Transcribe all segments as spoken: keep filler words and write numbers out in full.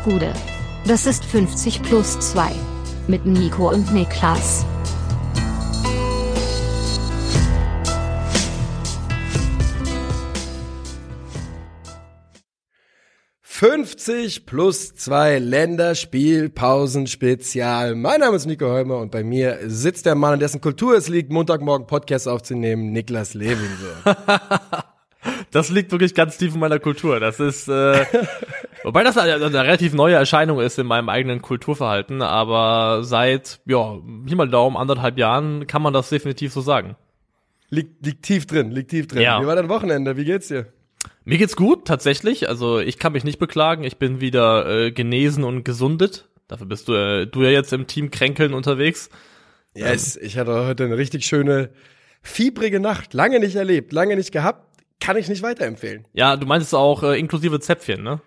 Gude. Das ist fünfzig plus zwei. Mit Nico und Niklas. fünfzig plus zwei Länderspielpausen-Spezial. Mein Name ist Nico Heumer und bei mir sitzt der Mann, an dessen Kultur es liegt, Montagmorgen Podcast aufzunehmen, Niklas Levinson. Das liegt wirklich ganz tief in meiner Kultur. Das ist, äh, wobei das eine, eine relativ neue Erscheinung ist in meinem eigenen Kulturverhalten, aber seit, ja, Pi mal Daumen, anderthalb Jahren kann man das definitiv so sagen. Liegt, liegt tief drin, liegt tief drin. Ja. Wie war dein Wochenende? Wie geht's dir? Mir geht's gut, tatsächlich. Also ich kann mich nicht beklagen. Ich bin wieder äh, genesen und gesundet. Dafür bist du, äh, du ja jetzt im Team Kränkeln unterwegs. Yes, ähm. Ich hatte heute eine richtig schöne, fiebrige Nacht. Lange nicht erlebt, lange nicht gehabt. Kann ich nicht weiterempfehlen. Ja, du meintest auch äh, inklusive Zäpfchen, ne?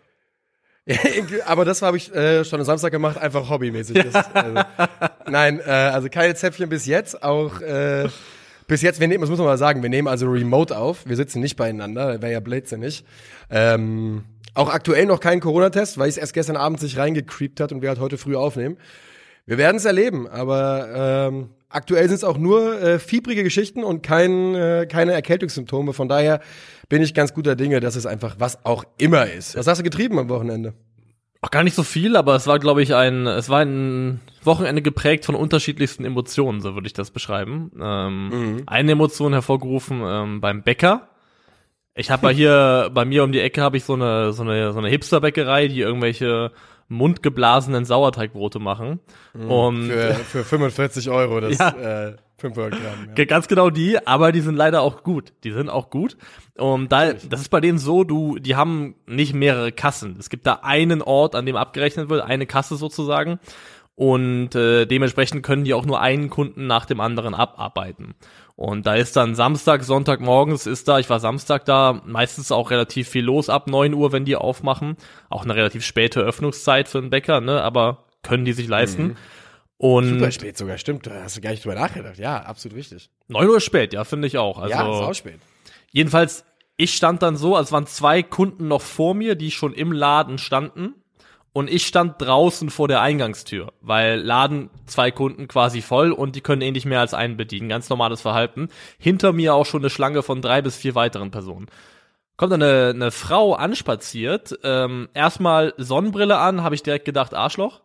Aber das habe ich äh, schon am Samstag gemacht, einfach hobbymäßig. Das, also, nein, äh, also keine Zäpfchen bis jetzt. Auch äh, bis jetzt, wir nehmen, das muss man mal sagen, wir nehmen also remote auf. Wir sitzen nicht beieinander, wäre ja blödsinnig. Ähm, auch aktuell noch kein Corona-Test, weil es erst gestern Abend sich reingecreept hat und wir halt heute früh aufnehmen. Wir werden es erleben, aber ähm, aktuell sind es auch nur äh, fiebrige Geschichten und kein, äh, keine Erkältungssymptome. Von daher bin ich ganz guter Dinge, dass es einfach was auch immer ist. Was hast du getrieben am Wochenende? Auch gar nicht so viel, aber es war, glaube ich, ein, es war ein Wochenende geprägt von unterschiedlichsten Emotionen, so würde ich das beschreiben. Ähm, mhm. Eine Emotion hervorgerufen ähm, beim Bäcker. Ich habe hier bei mir um die Ecke habe ich so eine so eine so eine Hipster-Bäckerei, die irgendwelche mundgeblasenen Sauerteigbrote machen. Mhm. Und für, für fünfundvierzig Euro, das ja. äh, fünfhundert Gramm. Ja. Ganz genau die, aber die sind leider auch gut. Die sind auch gut. Und da, das ist bei denen so, du, die haben nicht mehrere Kassen. Es gibt da einen Ort, an dem abgerechnet wird, eine Kasse sozusagen. Und äh, dementsprechend können die auch nur einen Kunden nach dem anderen abarbeiten. Und da ist dann Samstag, Sonntag morgens ist da, ich war Samstag da, meistens auch relativ viel los ab neun Uhr, wenn die aufmachen. Auch eine relativ späte Öffnungszeit für einen Bäcker, ne, aber können die sich leisten. Mhm. Und super spät sogar, stimmt, da hast du gar nicht drüber nachgedacht. Ja, absolut richtig. neun Uhr spät, ja, finde ich auch. Also, ja, ist auch spät. Jedenfalls, ich stand dann so, als waren zwei Kunden noch vor mir, die schon im Laden standen. Und ich stand draußen vor der Eingangstür, weil Laden zwei Kunden quasi voll und die können eh nicht mehr als einen bedienen. Ganz normales Verhalten. Hinter mir auch schon eine Schlange von drei bis vier weiteren Personen. Kommt eine, eine Frau anspaziert, ähm, erstmal Sonnenbrille an, habe ich direkt gedacht, Arschloch.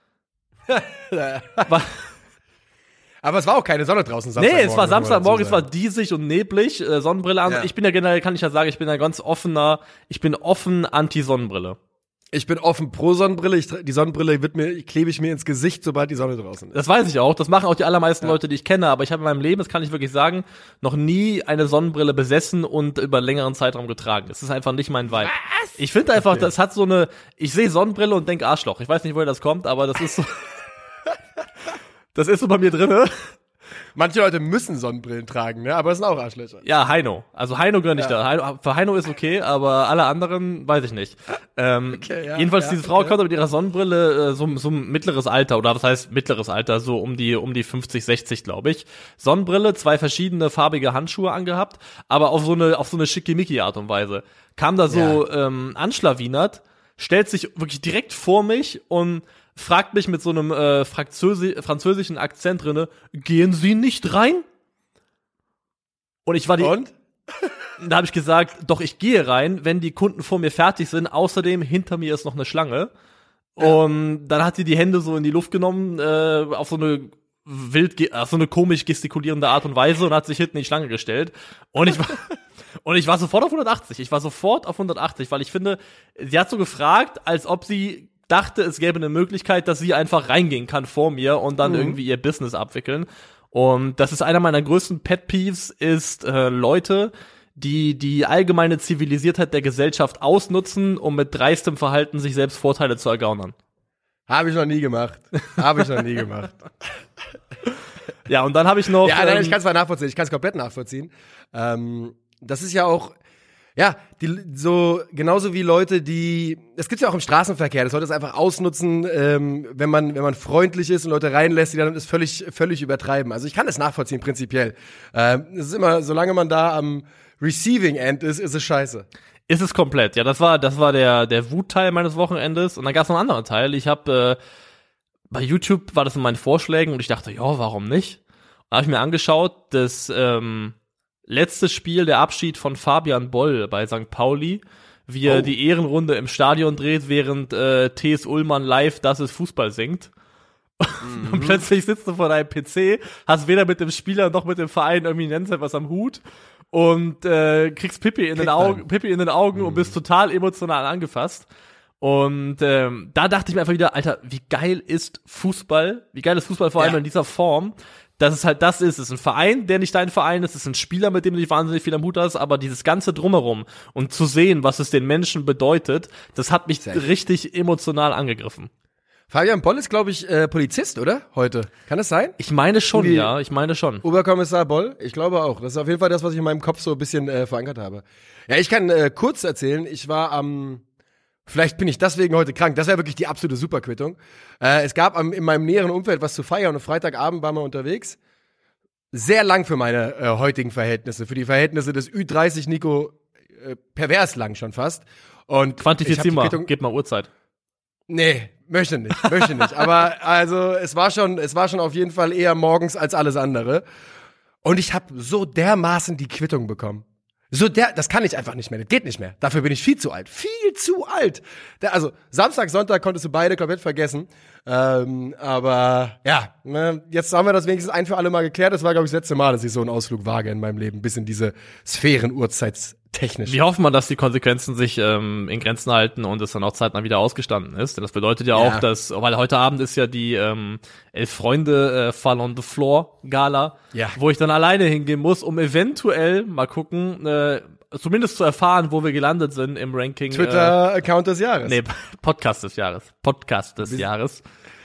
war, Aber es war auch keine Sonne draußen Samstagmorgen. Nee, es war Samstagmorgen, es war diesig und neblig, äh, Sonnenbrille an. Ja. Ich bin ja generell, kann ich ja sagen, ich bin ein ganz offener, ich bin offen anti-Sonnenbrille. Ich bin offen pro Sonnenbrille. Ich, die Sonnenbrille wird mir, klebe ich mir ins Gesicht, sobald die Sonne draußen ist. Das weiß ich auch. Das machen auch die allermeisten ja. Leute, die ich kenne. Aber ich habe in meinem Leben, das kann ich wirklich sagen, noch nie eine Sonnenbrille besessen und über einen längeren Zeitraum getragen. Das ist einfach nicht mein Vibe. Was? Ich finde einfach, okay. Das hat so eine, ich sehe Sonnenbrille und denke Arschloch. Ich weiß nicht, woher das kommt, aber das ist so, das ist so bei mir drinne. Manche Leute müssen Sonnenbrillen tragen, ne? Aber es sind auch Arschlöcher. Ja, Heino. Also Heino gönn ich ja. da. Heino, für Heino ist okay, aber alle anderen weiß ich nicht. Ähm, okay, ja, jedenfalls, ja, diese Frau okay. kommt mit ihrer Sonnenbrille äh, so, so ein mittleres Alter, oder was heißt mittleres Alter, so um die um die fünfzig, sechzig, glaube ich. Sonnenbrille, zwei verschiedene farbige Handschuhe angehabt, aber auf so eine auf so eine schickimicki-Art und Weise. Kam da so ja. ähm, anschlawinert, stellt sich wirklich direkt vor mich und fragt mich mit so einem äh, Französi- französischen Akzent drinne, gehen Sie nicht rein? Und ich war die... Und? Da habe ich gesagt, doch, ich gehe rein, wenn die Kunden vor mir fertig sind. Außerdem, hinter mir ist noch eine Schlange. Ja. Und dann hat sie die Hände so in die Luft genommen, äh, auf so eine wild, auf so eine komisch gestikulierende Art und Weise und hat sich hinten in die Schlange gestellt. Und ich war... Und ich war sofort auf hundertachtzig. Ich war sofort auf hundertachtzig, weil ich finde, sie hat so gefragt, als ob sie dachte, es gäbe eine Möglichkeit, dass sie einfach reingehen kann vor mir und dann mhm. irgendwie ihr Business abwickeln. Und das ist einer meiner größten Pet Peeves, ist äh, Leute, die die allgemeine Zivilisiertheit der Gesellschaft ausnutzen, um mit dreistem Verhalten sich selbst Vorteile zu ergaunern. Habe ich noch nie gemacht. Habe ich noch nie gemacht. Ja, und dann habe ich noch... Ja, nein, ähm, ich kann es mal nachvollziehen. Ich kann es komplett nachvollziehen. Ähm, das ist ja auch... Ja, die, so genauso wie Leute, die, das gibt's ja auch im Straßenverkehr, das Leute es einfach ausnutzen, ähm, wenn man wenn man freundlich ist und Leute reinlässt, die dann das völlig völlig übertreiben. Also ich kann das nachvollziehen prinzipiell. Ähm, es ist immer, solange man da am Receiving End ist, ist es scheiße. Ist es komplett. Ja, das war das war der der Wutteil meines Wochenendes. Und dann gab es noch einen anderen Teil. Ich habe äh, bei YouTube war das in meinen Vorschlägen und ich dachte, ja, warum nicht? Da habe ich mir angeschaut, das ähm, letzte Spiel, der Abschied von Fabian Boll bei Sankt Pauli, wie er Oh. die Ehrenrunde im Stadion dreht, während äh, T S. Ullmann live Das ist Fußball singt. Mhm. Und plötzlich sitzt du vor deinem P C, hast weder mit dem Spieler noch mit dem Verein irgendwie nennenswert was am Hut und äh, kriegst Pipi in den Augen, Pipi in den Augen Mhm. und bist total emotional angefasst. Und ähm, da dachte ich mir einfach wieder, Alter, wie geil ist Fußball? Wie geil ist Fußball vor allem Ja. in dieser Form? Dass es halt das ist. Es ist ein Verein, der nicht dein Verein ist. Es ist ein Spieler, mit dem du nicht wahnsinnig viel am Hut hast. Aber dieses ganze Drumherum und zu sehen, was es den Menschen bedeutet, das hat mich Safe. richtig emotional angegriffen. Fabian Boll ist, glaube ich, äh, Polizist, oder? Heute. Kann das sein? Ich meine schon, Irgendwie- ja. Ich meine schon. Oberkommissar Boll? Ich glaube auch. Das ist auf jeden Fall das, was ich in meinem Kopf so ein bisschen äh, verankert habe. Ja, ich kann äh, kurz erzählen, ich war am, vielleicht bin ich deswegen heute krank, das wäre wirklich die absolute Superquittung. Äh, es gab am, in meinem näheren Umfeld was zu feiern und Freitagabend waren wir unterwegs. Sehr lang für meine äh, heutigen Verhältnisse, für die Verhältnisse des Ü dreißig Nico, äh, pervers lang schon fast. Und ich hab Quantifizier die mal. Quittung- Gib mal Uhrzeit. Nee, möchte nicht, möchte nicht. Aber also es war schon, es war schon auf jeden Fall eher morgens als alles andere. Und ich habe so dermaßen die Quittung bekommen. So der, das kann ich einfach nicht mehr, das geht nicht mehr. Dafür bin ich viel zu alt, viel zu alt. Der, also Samstag, Sonntag konntest du beide komplett vergessen. Ähm, aber ja, ne, jetzt haben wir das wenigstens ein für alle Mal geklärt. Das war, glaube ich, das letzte Mal, dass ich so einen Ausflug wage in meinem Leben, bis in diese Sphären-Uhrzeitstechnisch. Wir hoffen mal, dass die Konsequenzen sich ähm, in Grenzen halten und es dann auch zeitnah wieder ausgestanden ist. Denn das bedeutet ja, Ja. auch, dass, weil heute Abend ist ja die ähm, Elf Freunde äh, Fall on the Floor Gala, Ja. wo ich dann alleine hingehen muss, um eventuell mal gucken, äh, zumindest zu erfahren, wo wir gelandet sind im Ranking. Twitter-Account des Jahres. Äh, nee, Podcast des Jahres. Podcast des Jahres.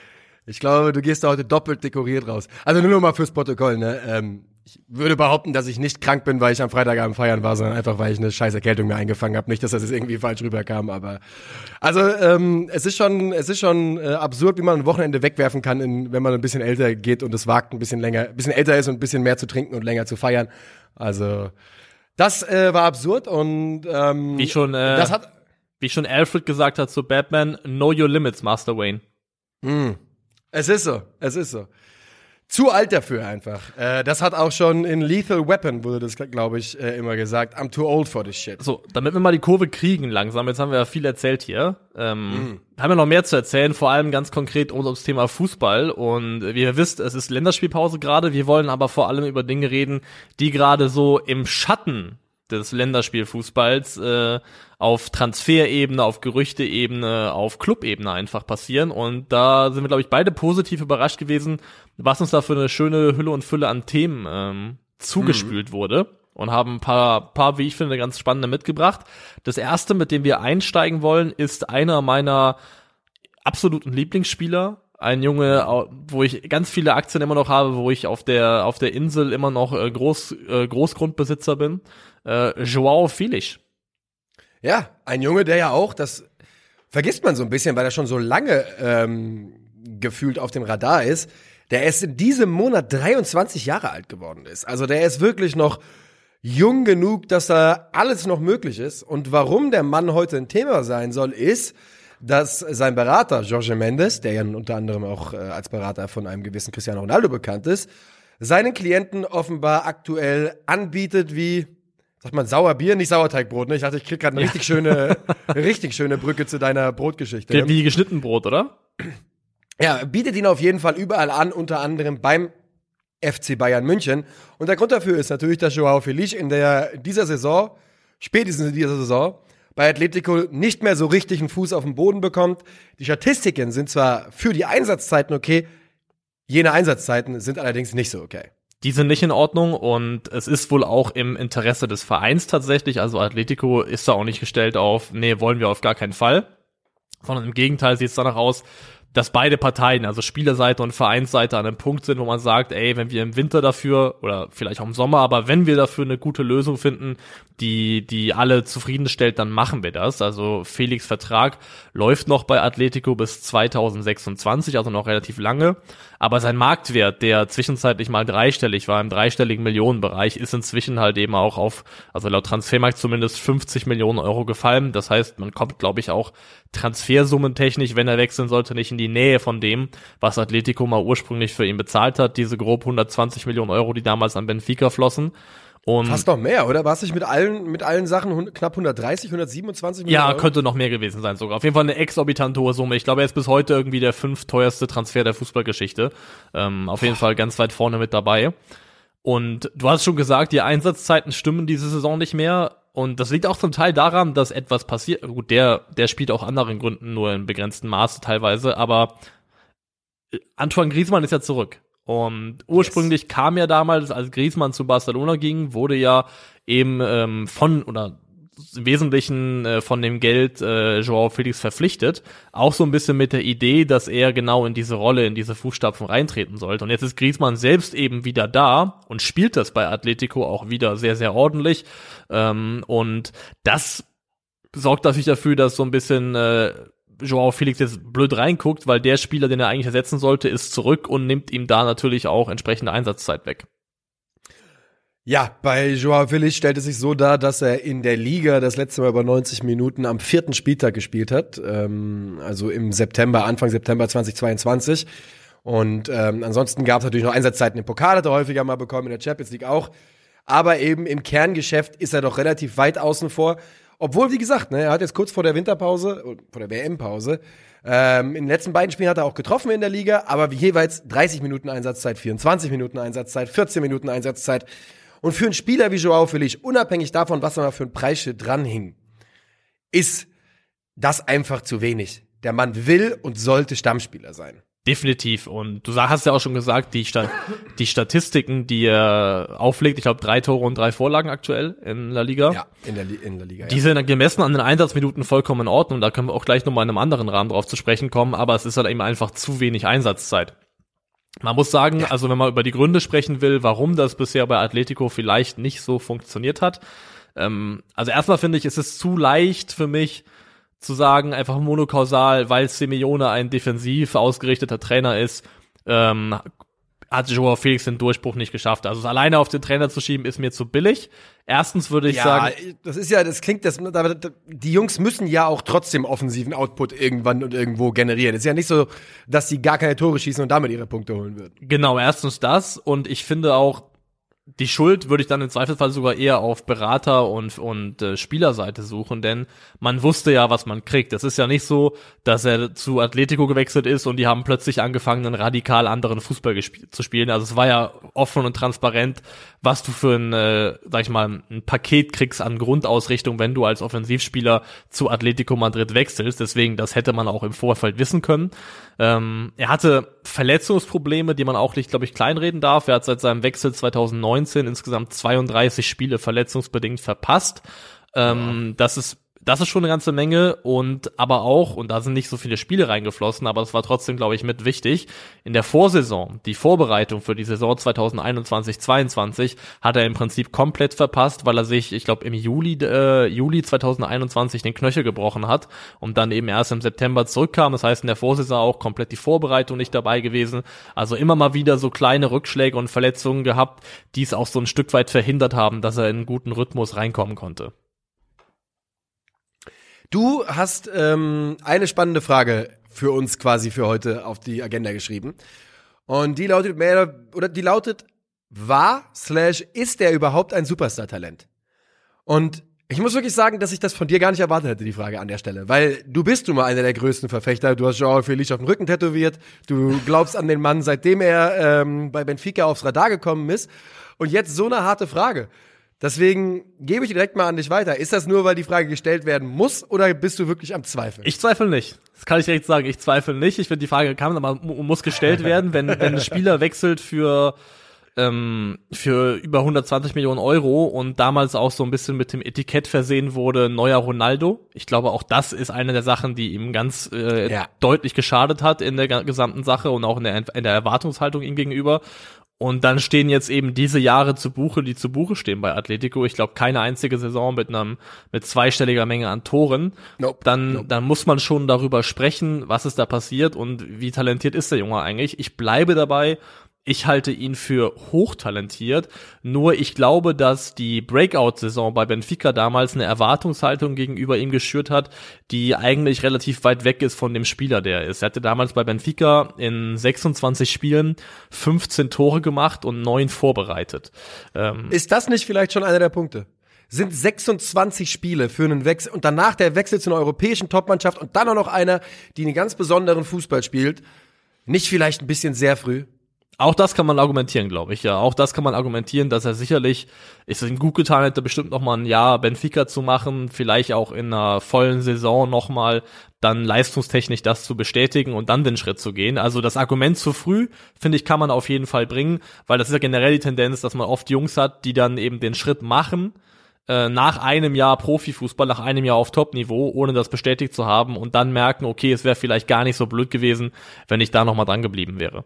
Ich glaube, du gehst da heute doppelt dekoriert raus. Also nur noch mal fürs Protokoll, ne? Ähm, ich würde behaupten, dass ich nicht krank bin, weil ich am Freitagabend feiern war, sondern einfach, weil ich eine scheiß Erkältung mir eingefangen habe. Nicht, dass das jetzt irgendwie falsch rüberkam, aber also ähm, es ist schon, es ist schon äh, absurd, wie man ein Wochenende wegwerfen kann, in, wenn man ein bisschen älter geht und es wagt, ein bisschen länger, ein bisschen älter ist und ein bisschen mehr zu trinken und länger zu feiern. Also das äh, war absurd und ähm, Wie schon, äh, das hat wie schon Alfred gesagt hat zu Batman, know your limits, Master Wayne. Hm. Es ist so, es ist so. Zu alt dafür einfach. Äh, das hat auch schon in Lethal Weapon, wurde das, glaube ich, äh, immer gesagt. I'm too old for this shit. So, damit wir mal die Kurve kriegen langsam, jetzt haben wir ja viel erzählt hier, ähm, haben wir noch mehr zu erzählen, vor allem ganz konkret rund ums Thema Fußball und wie ihr wisst, es ist Länderspielpause gerade, wir wollen aber vor allem über Dinge reden, die gerade so im Schatten des Länderspielfußballs äh, auf Transferebene, auf Gerüchteebene, auf Clubebene einfach passieren und da sind wir, glaube ich, beide positiv überrascht gewesen, was uns da für eine schöne Hülle und Fülle an Themen ähm, zugespült wurde und haben ein paar, paar, wie ich finde, ganz spannende mitgebracht. Das erste, mit dem wir einsteigen wollen, ist einer meiner absoluten Lieblingsspieler. Ein Junge, au- wo ich ganz viele Aktien immer noch habe, wo ich auf der auf der Insel immer noch äh, Groß, äh, Großgrundbesitzer bin. Äh, Joao Felix. Ja, ein Junge, der ja auch, das vergisst man so ein bisschen, weil er schon so lange ähm, gefühlt auf dem Radar ist, der erst in diesem Monat dreiundzwanzig Jahre alt geworden ist. Also der ist wirklich noch jung genug, dass da alles noch möglich ist. Und warum der Mann heute ein Thema sein soll, ist, dass sein Berater, Jorge Mendes, der ja unter anderem auch äh, als Berater von einem gewissen Cristiano Ronaldo bekannt ist, seinen Klienten offenbar aktuell anbietet wie, sagt man, Sauerbier, nicht Sauerteigbrot, ne? Ich dachte, ich krieg gerade eine richtig schöne, richtig schöne Brücke zu deiner Brotgeschichte. Ge- Wie geschnitten Brot, oder? Ja, bietet ihn auf jeden Fall überall an, unter anderem beim F C Bayern München. Und der Grund dafür ist natürlich, dass Joao Felix in der in dieser Saison, spätestens in dieser Saison, bei Atletico nicht mehr so richtig einen Fuß auf den Boden bekommt. Die Statistiken sind zwar für die Einsatzzeiten okay, jene Einsatzzeiten sind allerdings nicht so okay. Die sind nicht in Ordnung und es ist wohl auch im Interesse des Vereins tatsächlich. Also Atletico ist da auch nicht gestellt auf, nee, wollen wir auf gar keinen Fall. Sondern im Gegenteil sieht es danach aus, dass beide Parteien, also Spielerseite und Vereinsseite, an einem Punkt sind, wo man sagt, ey, wenn wir im Winter dafür, oder vielleicht auch im Sommer, aber wenn wir dafür eine gute Lösung finden, die die alle zufriedenstellt, dann machen wir das. Also Felix' Vertrag läuft noch bei Atletico bis zweitausendsechsundzwanzig, also noch relativ lange. Aber sein Marktwert, der zwischenzeitlich mal dreistellig war, im dreistelligen Millionenbereich, ist inzwischen halt eben auch auf, also laut Transfermarkt zumindest fünfzig Millionen Euro gefallen. Das heißt, man kommt, glaube ich, auch transfersummentechnisch, wenn er wechseln sollte, nicht in die Nähe von dem, was Atletico mal ursprünglich für ihn bezahlt hat. Diese grob hundertzwanzig Millionen Euro, die damals an Benfica flossen. Und fast noch mehr, oder? War es nicht mit allen, mit allen Sachen hund- knapp hundertdreißig, hundertsiebenundzwanzig Millionen ja, Euro? könnte noch mehr gewesen sein sogar. Auf jeden Fall eine exorbitant hohe Summe. Ich glaube, er ist bis heute irgendwie der fünfteuerste Transfer der Fußballgeschichte. Ähm, auf jeden Fall ganz weit vorne mit dabei. Und du hast schon gesagt, die Einsatzzeiten stimmen diese Saison nicht mehr. Und das liegt auch zum Teil daran, dass etwas passiert. Gut, der, der spielt auch anderen Gründen nur in begrenztem Maße teilweise. Aber Antoine Griezmann ist ja zurück. Und ursprünglich yes. kam ja damals, als Griezmann zu Barcelona ging, wurde ja eben ähm, von, oder im Wesentlichen äh, von dem Geld äh, Joao Felix verpflichtet. Auch so ein bisschen mit der Idee, dass er genau in diese Rolle, in diese Fußstapfen reintreten sollte. Und jetzt ist Griezmann selbst eben wieder da und spielt das bei Atletico auch wieder sehr, sehr ordentlich. Ähm, und das sorgt natürlich dafür, dass so ein bisschen äh, Joao Felix jetzt blöd reinguckt, weil der Spieler, den er eigentlich ersetzen sollte, ist zurück und nimmt ihm da natürlich auch entsprechende Einsatzzeit weg. Ja, bei Joao Felix stellt es sich so dar, dass er in der Liga das letzte Mal über neunzig Minuten am vierten Spieltag gespielt hat, ähm, also im September, Anfang September zweitausendzweiundzwanzig. Und ähm, ansonsten gab es natürlich noch Einsatzzeiten im Pokal, hat er häufiger mal bekommen, in der Champions League auch. Aber eben im Kerngeschäft ist er doch relativ weit außen vor. Obwohl, wie gesagt, ne, er hat jetzt kurz vor der Winterpause, vor der W M-Pause, ähm, in den letzten beiden Spielen hat er auch getroffen in der Liga, aber jeweils dreißig Minuten Einsatzzeit, vierundzwanzig Minuten Einsatzzeit, vierzehn Minuten Einsatzzeit. Und für einen Spieler wie Joao Felix, unabhängig davon, was er mal für ein Preisschild dranhing, ist das einfach zu wenig. Der Mann will und sollte Stammspieler sein. Definitiv. Und du hast ja auch schon gesagt, die, Sta- die Statistiken, die er auflegt, ich glaube drei Tore und drei Vorlagen aktuell in La Liga. Ja, in der, Li- in der Liga, ja. Die sind gemessen an den Einsatzminuten vollkommen in Ordnung. Da können wir auch gleich nochmal in einem anderen Rahmen drauf zu sprechen kommen. Aber es ist halt eben einfach zu wenig Einsatzzeit. Man muss sagen, ja. also wenn man über die Gründe sprechen will, warum das bisher bei Atletico vielleicht nicht so funktioniert hat. Ähm, also erstmal finde ich, es ist zu leicht für mich, zu sagen, einfach monokausal, weil Simeone ein defensiv ausgerichteter Trainer ist, ähm, hat Joao Felix den Durchbruch nicht geschafft. Also es alleine auf den Trainer zu schieben, ist mir zu billig. Erstens würde ich ja, sagen... das ist ja, das klingt, das, die Jungs müssen ja auch trotzdem offensiven Output irgendwann und irgendwo generieren. Es ist ja nicht so, dass sie gar keine Tore schießen und damit ihre Punkte holen würden. Genau, erstens das. Und ich finde auch, die Schuld würde ich dann im Zweifelsfall sogar eher auf Berater und und äh, Spielerseite suchen, denn man wusste ja, was man kriegt. Es ist ja nicht so, dass er zu Atletico gewechselt ist und die haben plötzlich angefangen, einen radikal anderen Fußball gesp- zu spielen. Also es war ja offen und transparent, was du für ein, äh, sag ich mal, ein Paket kriegst an Grundausrichtung, wenn du als Offensivspieler zu Atletico Madrid wechselst. Deswegen, das hätte man auch im Vorfeld wissen können. Ähm, er hatte Verletzungsprobleme, die man auch nicht, glaube ich, kleinreden darf. Er hat seit seinem Wechsel zweitausendneunzehn insgesamt zweiunddreißig Spiele verletzungsbedingt verpasst. Ähm, ja. Das ist Das ist schon eine ganze Menge und aber auch, und da sind nicht so viele Spiele reingeflossen, aber es war trotzdem, glaube ich, mit wichtig, in der Vorsaison, die Vorbereitung für die Saison zweitausendeinundzwanzig zweiundzwanzig hat er im Prinzip komplett verpasst, weil er sich, ich glaube, im Juli äh, Juli zweitausendeinundzwanzig den Knöchel gebrochen hat und dann eben erst im September zurückkam. Das heißt, in der Vorsaison auch komplett die Vorbereitung nicht dabei gewesen. Also immer mal wieder so kleine Rückschläge und Verletzungen gehabt, die es auch so ein Stück weit verhindert haben, dass er in einen guten Rhythmus reinkommen konnte. Du hast ähm, eine spannende Frage für uns quasi für heute auf die Agenda geschrieben. Und die lautet mehr, oder die lautet, war slash ist der überhaupt ein Superstar-Talent? Und ich muss wirklich sagen, dass ich das von dir gar nicht erwartet hätte, die Frage an der Stelle. Weil du bist nun mal einer der größten Verfechter. Du hast Joao Felix auf dem Rücken tätowiert. Du glaubst an den Mann, seitdem er ähm, bei Benfica aufs Radar gekommen ist. Und jetzt so eine harte Frage. Deswegen gebe ich direkt mal an dich weiter. Ist das nur, weil die Frage gestellt werden muss, oder bist du wirklich am Zweifeln? Ich zweifle nicht. Das kann ich direkt sagen. Ich zweifle nicht. Ich finde, die Frage kann, aber muss gestellt werden, wenn, wenn ein Spieler wechselt für, ähm, für über hundertzwanzig Millionen Euro und damals auch so ein bisschen mit dem Etikett versehen wurde, neuer Ronaldo. Ich glaube, auch das ist eine der Sachen, die ihm ganz äh, Ja. deutlich geschadet hat in der gesamten Sache und auch in der, in der Erwartungshaltung ihm gegenüber. Und dann stehen jetzt eben diese Jahre zu Buche, die zu Buche stehen bei Atletico. Ich glaube, keine einzige Saison mit einem mit zweistelliger Menge an Toren. Nope. Dann, Nope. dann muss man schon darüber sprechen, was ist da passiert und wie talentiert ist der Junge eigentlich. Ich bleibe dabei. Ich halte ihn für hochtalentiert, nur ich glaube, dass die Breakout-Saison bei Benfica damals eine Erwartungshaltung gegenüber ihm geschürt hat, die eigentlich relativ weit weg ist von dem Spieler, der er ist. Er hatte damals bei Benfica in sechsundzwanzig Spielen fünfzehn Tore gemacht und neun vorbereitet. Ähm, Ist das nicht vielleicht schon einer der Punkte? Sind sechsundzwanzig Spiele für einen Wechsel und danach der Wechsel zu einer europäischen Topmannschaft und dann auch noch einer, die einen ganz besonderen Fußball spielt, nicht vielleicht ein bisschen sehr früh? Auch das kann man argumentieren, glaube ich, ja. Auch das kann man argumentieren, dass er sicherlich, ist es ihm gut getan hätte, bestimmt noch mal ein Jahr Benfica zu machen, vielleicht auch in einer vollen Saison noch mal dann leistungstechnisch das zu bestätigen und dann den Schritt zu gehen. Also das Argument zu früh, finde ich, kann man auf jeden Fall bringen, weil das ist ja generell die Tendenz, dass man oft Jungs hat, die dann eben den Schritt machen, äh, nach einem Jahr Profifußball, nach einem Jahr auf Top-Niveau, ohne das bestätigt zu haben und dann merken, okay, es wäre vielleicht gar nicht so blöd gewesen, wenn ich da noch mal dran geblieben wäre.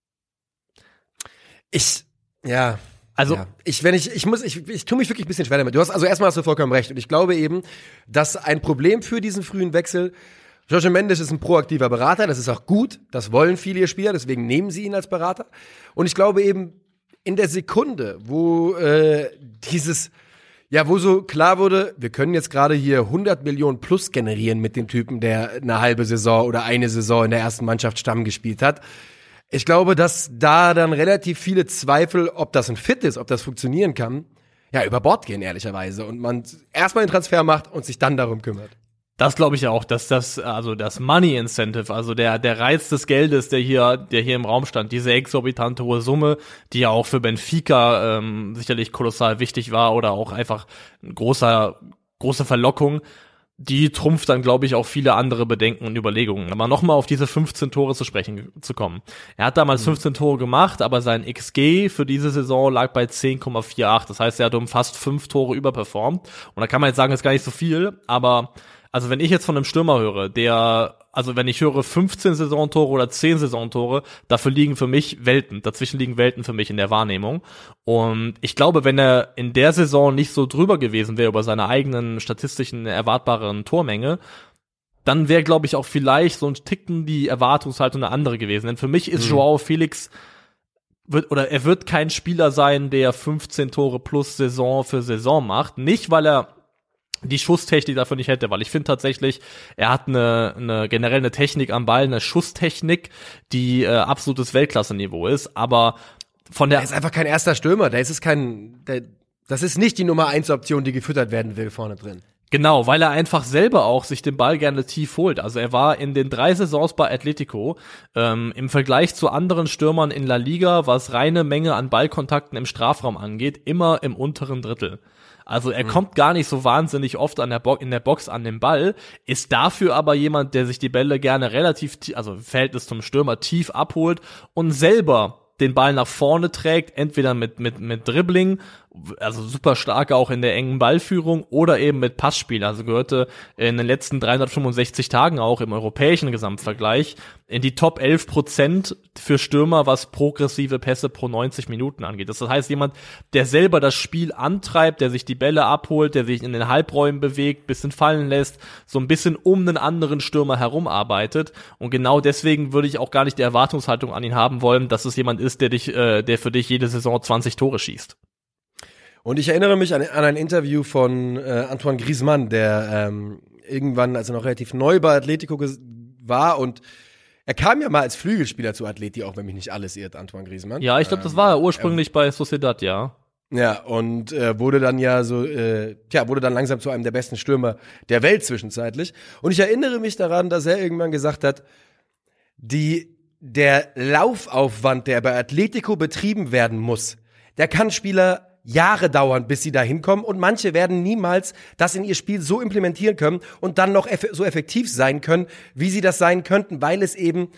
Ich, ja. Also, ja. Ich, wenn ich, ich muss, ich, ich tue mich wirklich ein bisschen schwer damit. Du hast, also erstmal hast du vollkommen recht. Und ich glaube eben, dass ein Problem für diesen frühen Wechsel, Jorge Mendes ist ein proaktiver Berater, das ist auch gut. Das wollen viele Spieler, deswegen nehmen sie ihn als Berater. Und ich glaube eben, in der Sekunde, wo, äh, dieses, ja, wo so klar wurde, wir können jetzt gerade hier hundert Millionen plus generieren mit dem Typen, der eine halbe Saison oder eine Saison in der ersten Mannschaft Stamm gespielt hat. Ich glaube, dass da dann relativ viele Zweifel, ob das ein Fit ist, ob das funktionieren kann, ja, über Bord gehen, ehrlicherweise. Und man erstmal den Transfer macht und sich dann darum kümmert. Das glaube ich ja auch, dass das, also das Money Incentive, also der, der Reiz des Geldes, der hier, der hier im Raum stand, diese exorbitante hohe Summe, die ja auch für Benfica ähm, sicherlich kolossal wichtig war oder auch einfach ein großer, große Verlockung, die trumpft dann, glaube ich, auch viele andere Bedenken und Überlegungen. Aber nochmal auf diese fünfzehn Tore zu sprechen zu kommen. Er hat damals fünfzehn Tore gemacht, aber sein X G für diese Saison lag bei zehn Komma achtzig. Das heißt, er hat um fast fünf Tore überperformt. Und da kann man jetzt sagen, das ist gar nicht so viel, aber also wenn ich jetzt von einem Stürmer höre, der, also wenn ich höre fünfzehn Saisontore oder zehn Saisontore, dafür liegen für mich Welten, dazwischen liegen Welten für mich in der Wahrnehmung. Und ich glaube, wenn er in der Saison nicht so drüber gewesen wäre über seine eigenen statistischen erwartbaren Tormenge, dann wäre, glaube ich, auch vielleicht so ein Ticken die Erwartungshaltung eine andere gewesen. Denn für mich ist mhm. Joao Felix wird, oder er wird kein Spieler sein, der fünfzehn Tore plus Saison für Saison macht. Nicht, weil er die Schusstechnik dafür nicht hätte, weil ich finde tatsächlich, er hat eine, eine generell eine Technik am Ball, eine Schusstechnik, die äh, absolutes Weltklasse-Niveau ist, aber von der... Der ist einfach kein erster Stürmer, der ist es kein, der, das ist nicht die Nummer eins Option, die gefüttert werden will vorne drin. Genau, weil er einfach selber auch sich den Ball gerne tief holt. Also er war in den drei Saisons bei Atletico ähm, im Vergleich zu anderen Stürmern in La Liga, was reine Menge an Ballkontakten im Strafraum angeht, immer im unteren Drittel. Also er mhm. kommt gar nicht so wahnsinnig oft an der Bo- in der Box an den Ball, ist dafür aber jemand, der sich die Bälle gerne relativ, tie- also Verhältnis zum Stürmer tief abholt und selber den Ball nach vorne trägt, entweder mit mit mit Dribbling, also super stark auch in der engen Ballführung oder eben mit Passspiel. Also gehörte in den letzten dreihundertfünfundsechzig Tagen auch im europäischen Gesamtvergleich in die Top elf Prozent für Stürmer, was progressive Pässe pro neunzig Minuten angeht. Das heißt, jemand, der selber das Spiel antreibt, der sich die Bälle abholt, der sich in den Halbräumen bewegt, bisschen fallen lässt, so ein bisschen um einen anderen Stürmer herum arbeitet. Und genau deswegen würde ich auch gar nicht die Erwartungshaltung an ihn haben wollen, dass es jemand ist, der dich, äh, der für dich jede Saison zwanzig Tore schießt. Und ich erinnere mich an, an ein Interview von äh, Antoine Griezmann, der ähm, irgendwann, als er noch relativ neu bei Atletico ges- war und er kam ja mal als Flügelspieler zu Atleti, auch wenn mich nicht alles irrt, Antoine Griezmann. Ja, ich glaube, das war er ursprünglich ähm, bei Sociedad, ja. Ja, und äh, wurde dann ja so, äh, tja, wurde dann langsam zu einem der besten Stürmer der Welt zwischenzeitlich. Und ich erinnere mich daran, dass er irgendwann gesagt hat, die, der Laufaufwand, der bei Atletico betrieben werden muss, der kann Spieler Jahre dauern, bis sie da hinkommen und manche werden niemals das in ihr Spiel so implementieren können und dann noch eff- so effektiv sein können, wie sie das sein könnten, weil es eben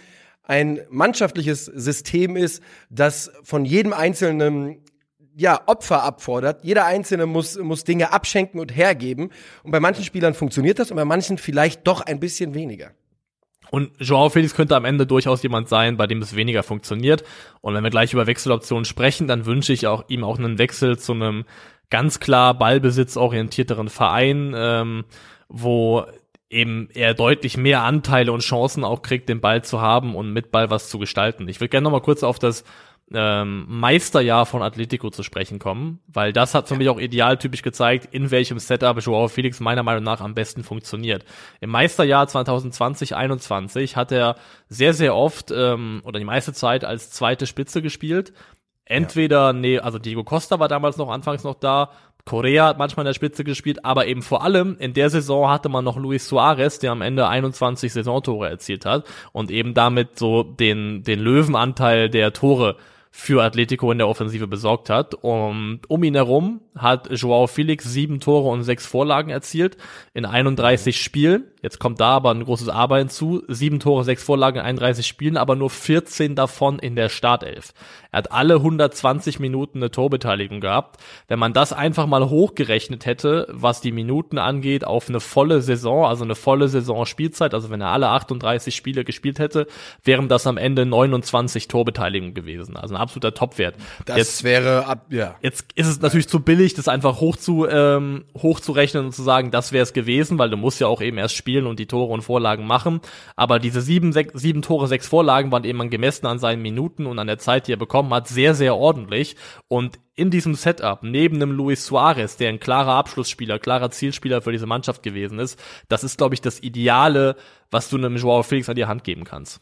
ein mannschaftliches System ist, das von jedem einzelnen ja, Opfer abfordert. Jeder Einzelne muss, muss Dinge abschenken und hergeben. Und bei manchen Spielern funktioniert das und bei manchen vielleicht doch ein bisschen weniger. Und Joao Felix könnte am Ende durchaus jemand sein, bei dem es weniger funktioniert. Und wenn wir gleich über Wechseloptionen sprechen, dann wünsche ich auch ihm auch einen Wechsel zu einem ganz klar ballbesitzorientierteren Verein, ähm, wo eben er deutlich mehr Anteile und Chancen auch kriegt, den Ball zu haben und mit Ball was zu gestalten. Ich würde gerne noch mal kurz auf das ähm, Meisterjahr von Atletico zu sprechen kommen, weil das hat für mich auch idealtypisch gezeigt, in welchem Setup Joao Felix meiner Meinung nach am besten funktioniert. Im Meisterjahr zwanzig zwanzig einundzwanzig hat er sehr, sehr oft ähm, oder die meiste Zeit als zweite Spitze gespielt. Entweder, ja. nee, also Diego Costa war damals noch anfangs noch da, Correa hat manchmal in der Spitze gespielt, aber eben vor allem in der Saison hatte man noch Luis Suarez, der am Ende einundzwanzig Saisontore erzielt hat und eben damit so den den Löwenanteil der Tore für Atletico in der Offensive besorgt hat. Und um ihn herum hat Joao Felix sieben Tore und sechs Vorlagen erzielt in einunddreißig Spielen. Jetzt kommt da aber ein großes Aber hinzu. Sieben Tore, sechs Vorlagen in einunddreißig Spielen, aber nur vierzehn davon in der Startelf. Er hat alle hundertzwanzig Minuten eine Torbeteiligung gehabt. Wenn man das einfach mal hochgerechnet hätte, was die Minuten angeht, auf eine volle Saison, also eine volle Saison Spielzeit, also wenn er alle achtunddreißig Spiele gespielt hätte, wären das am Ende neunundzwanzig Torbeteiligungen gewesen. Also ein absoluter Topwert. Das jetzt, wäre ab, ja. Jetzt ist es natürlich zu billig, das einfach hoch zu, ähm, hochzurechnen und zu sagen, das wäre es gewesen, weil du musst ja auch eben erst spielen und die Tore und Vorlagen machen. Aber diese sieben, sechs, sieben Tore, sechs Vorlagen waren eben gemessen an seinen Minuten und an der Zeit, die er bekommen hat, sehr, sehr ordentlich. Und in diesem Setup, neben einem Luis Suarez, der ein klarer Abschlussspieler, klarer Zielspieler für diese Mannschaft gewesen ist, das ist, glaube ich, das Ideale, was du einem Joao Felix an die Hand geben kannst.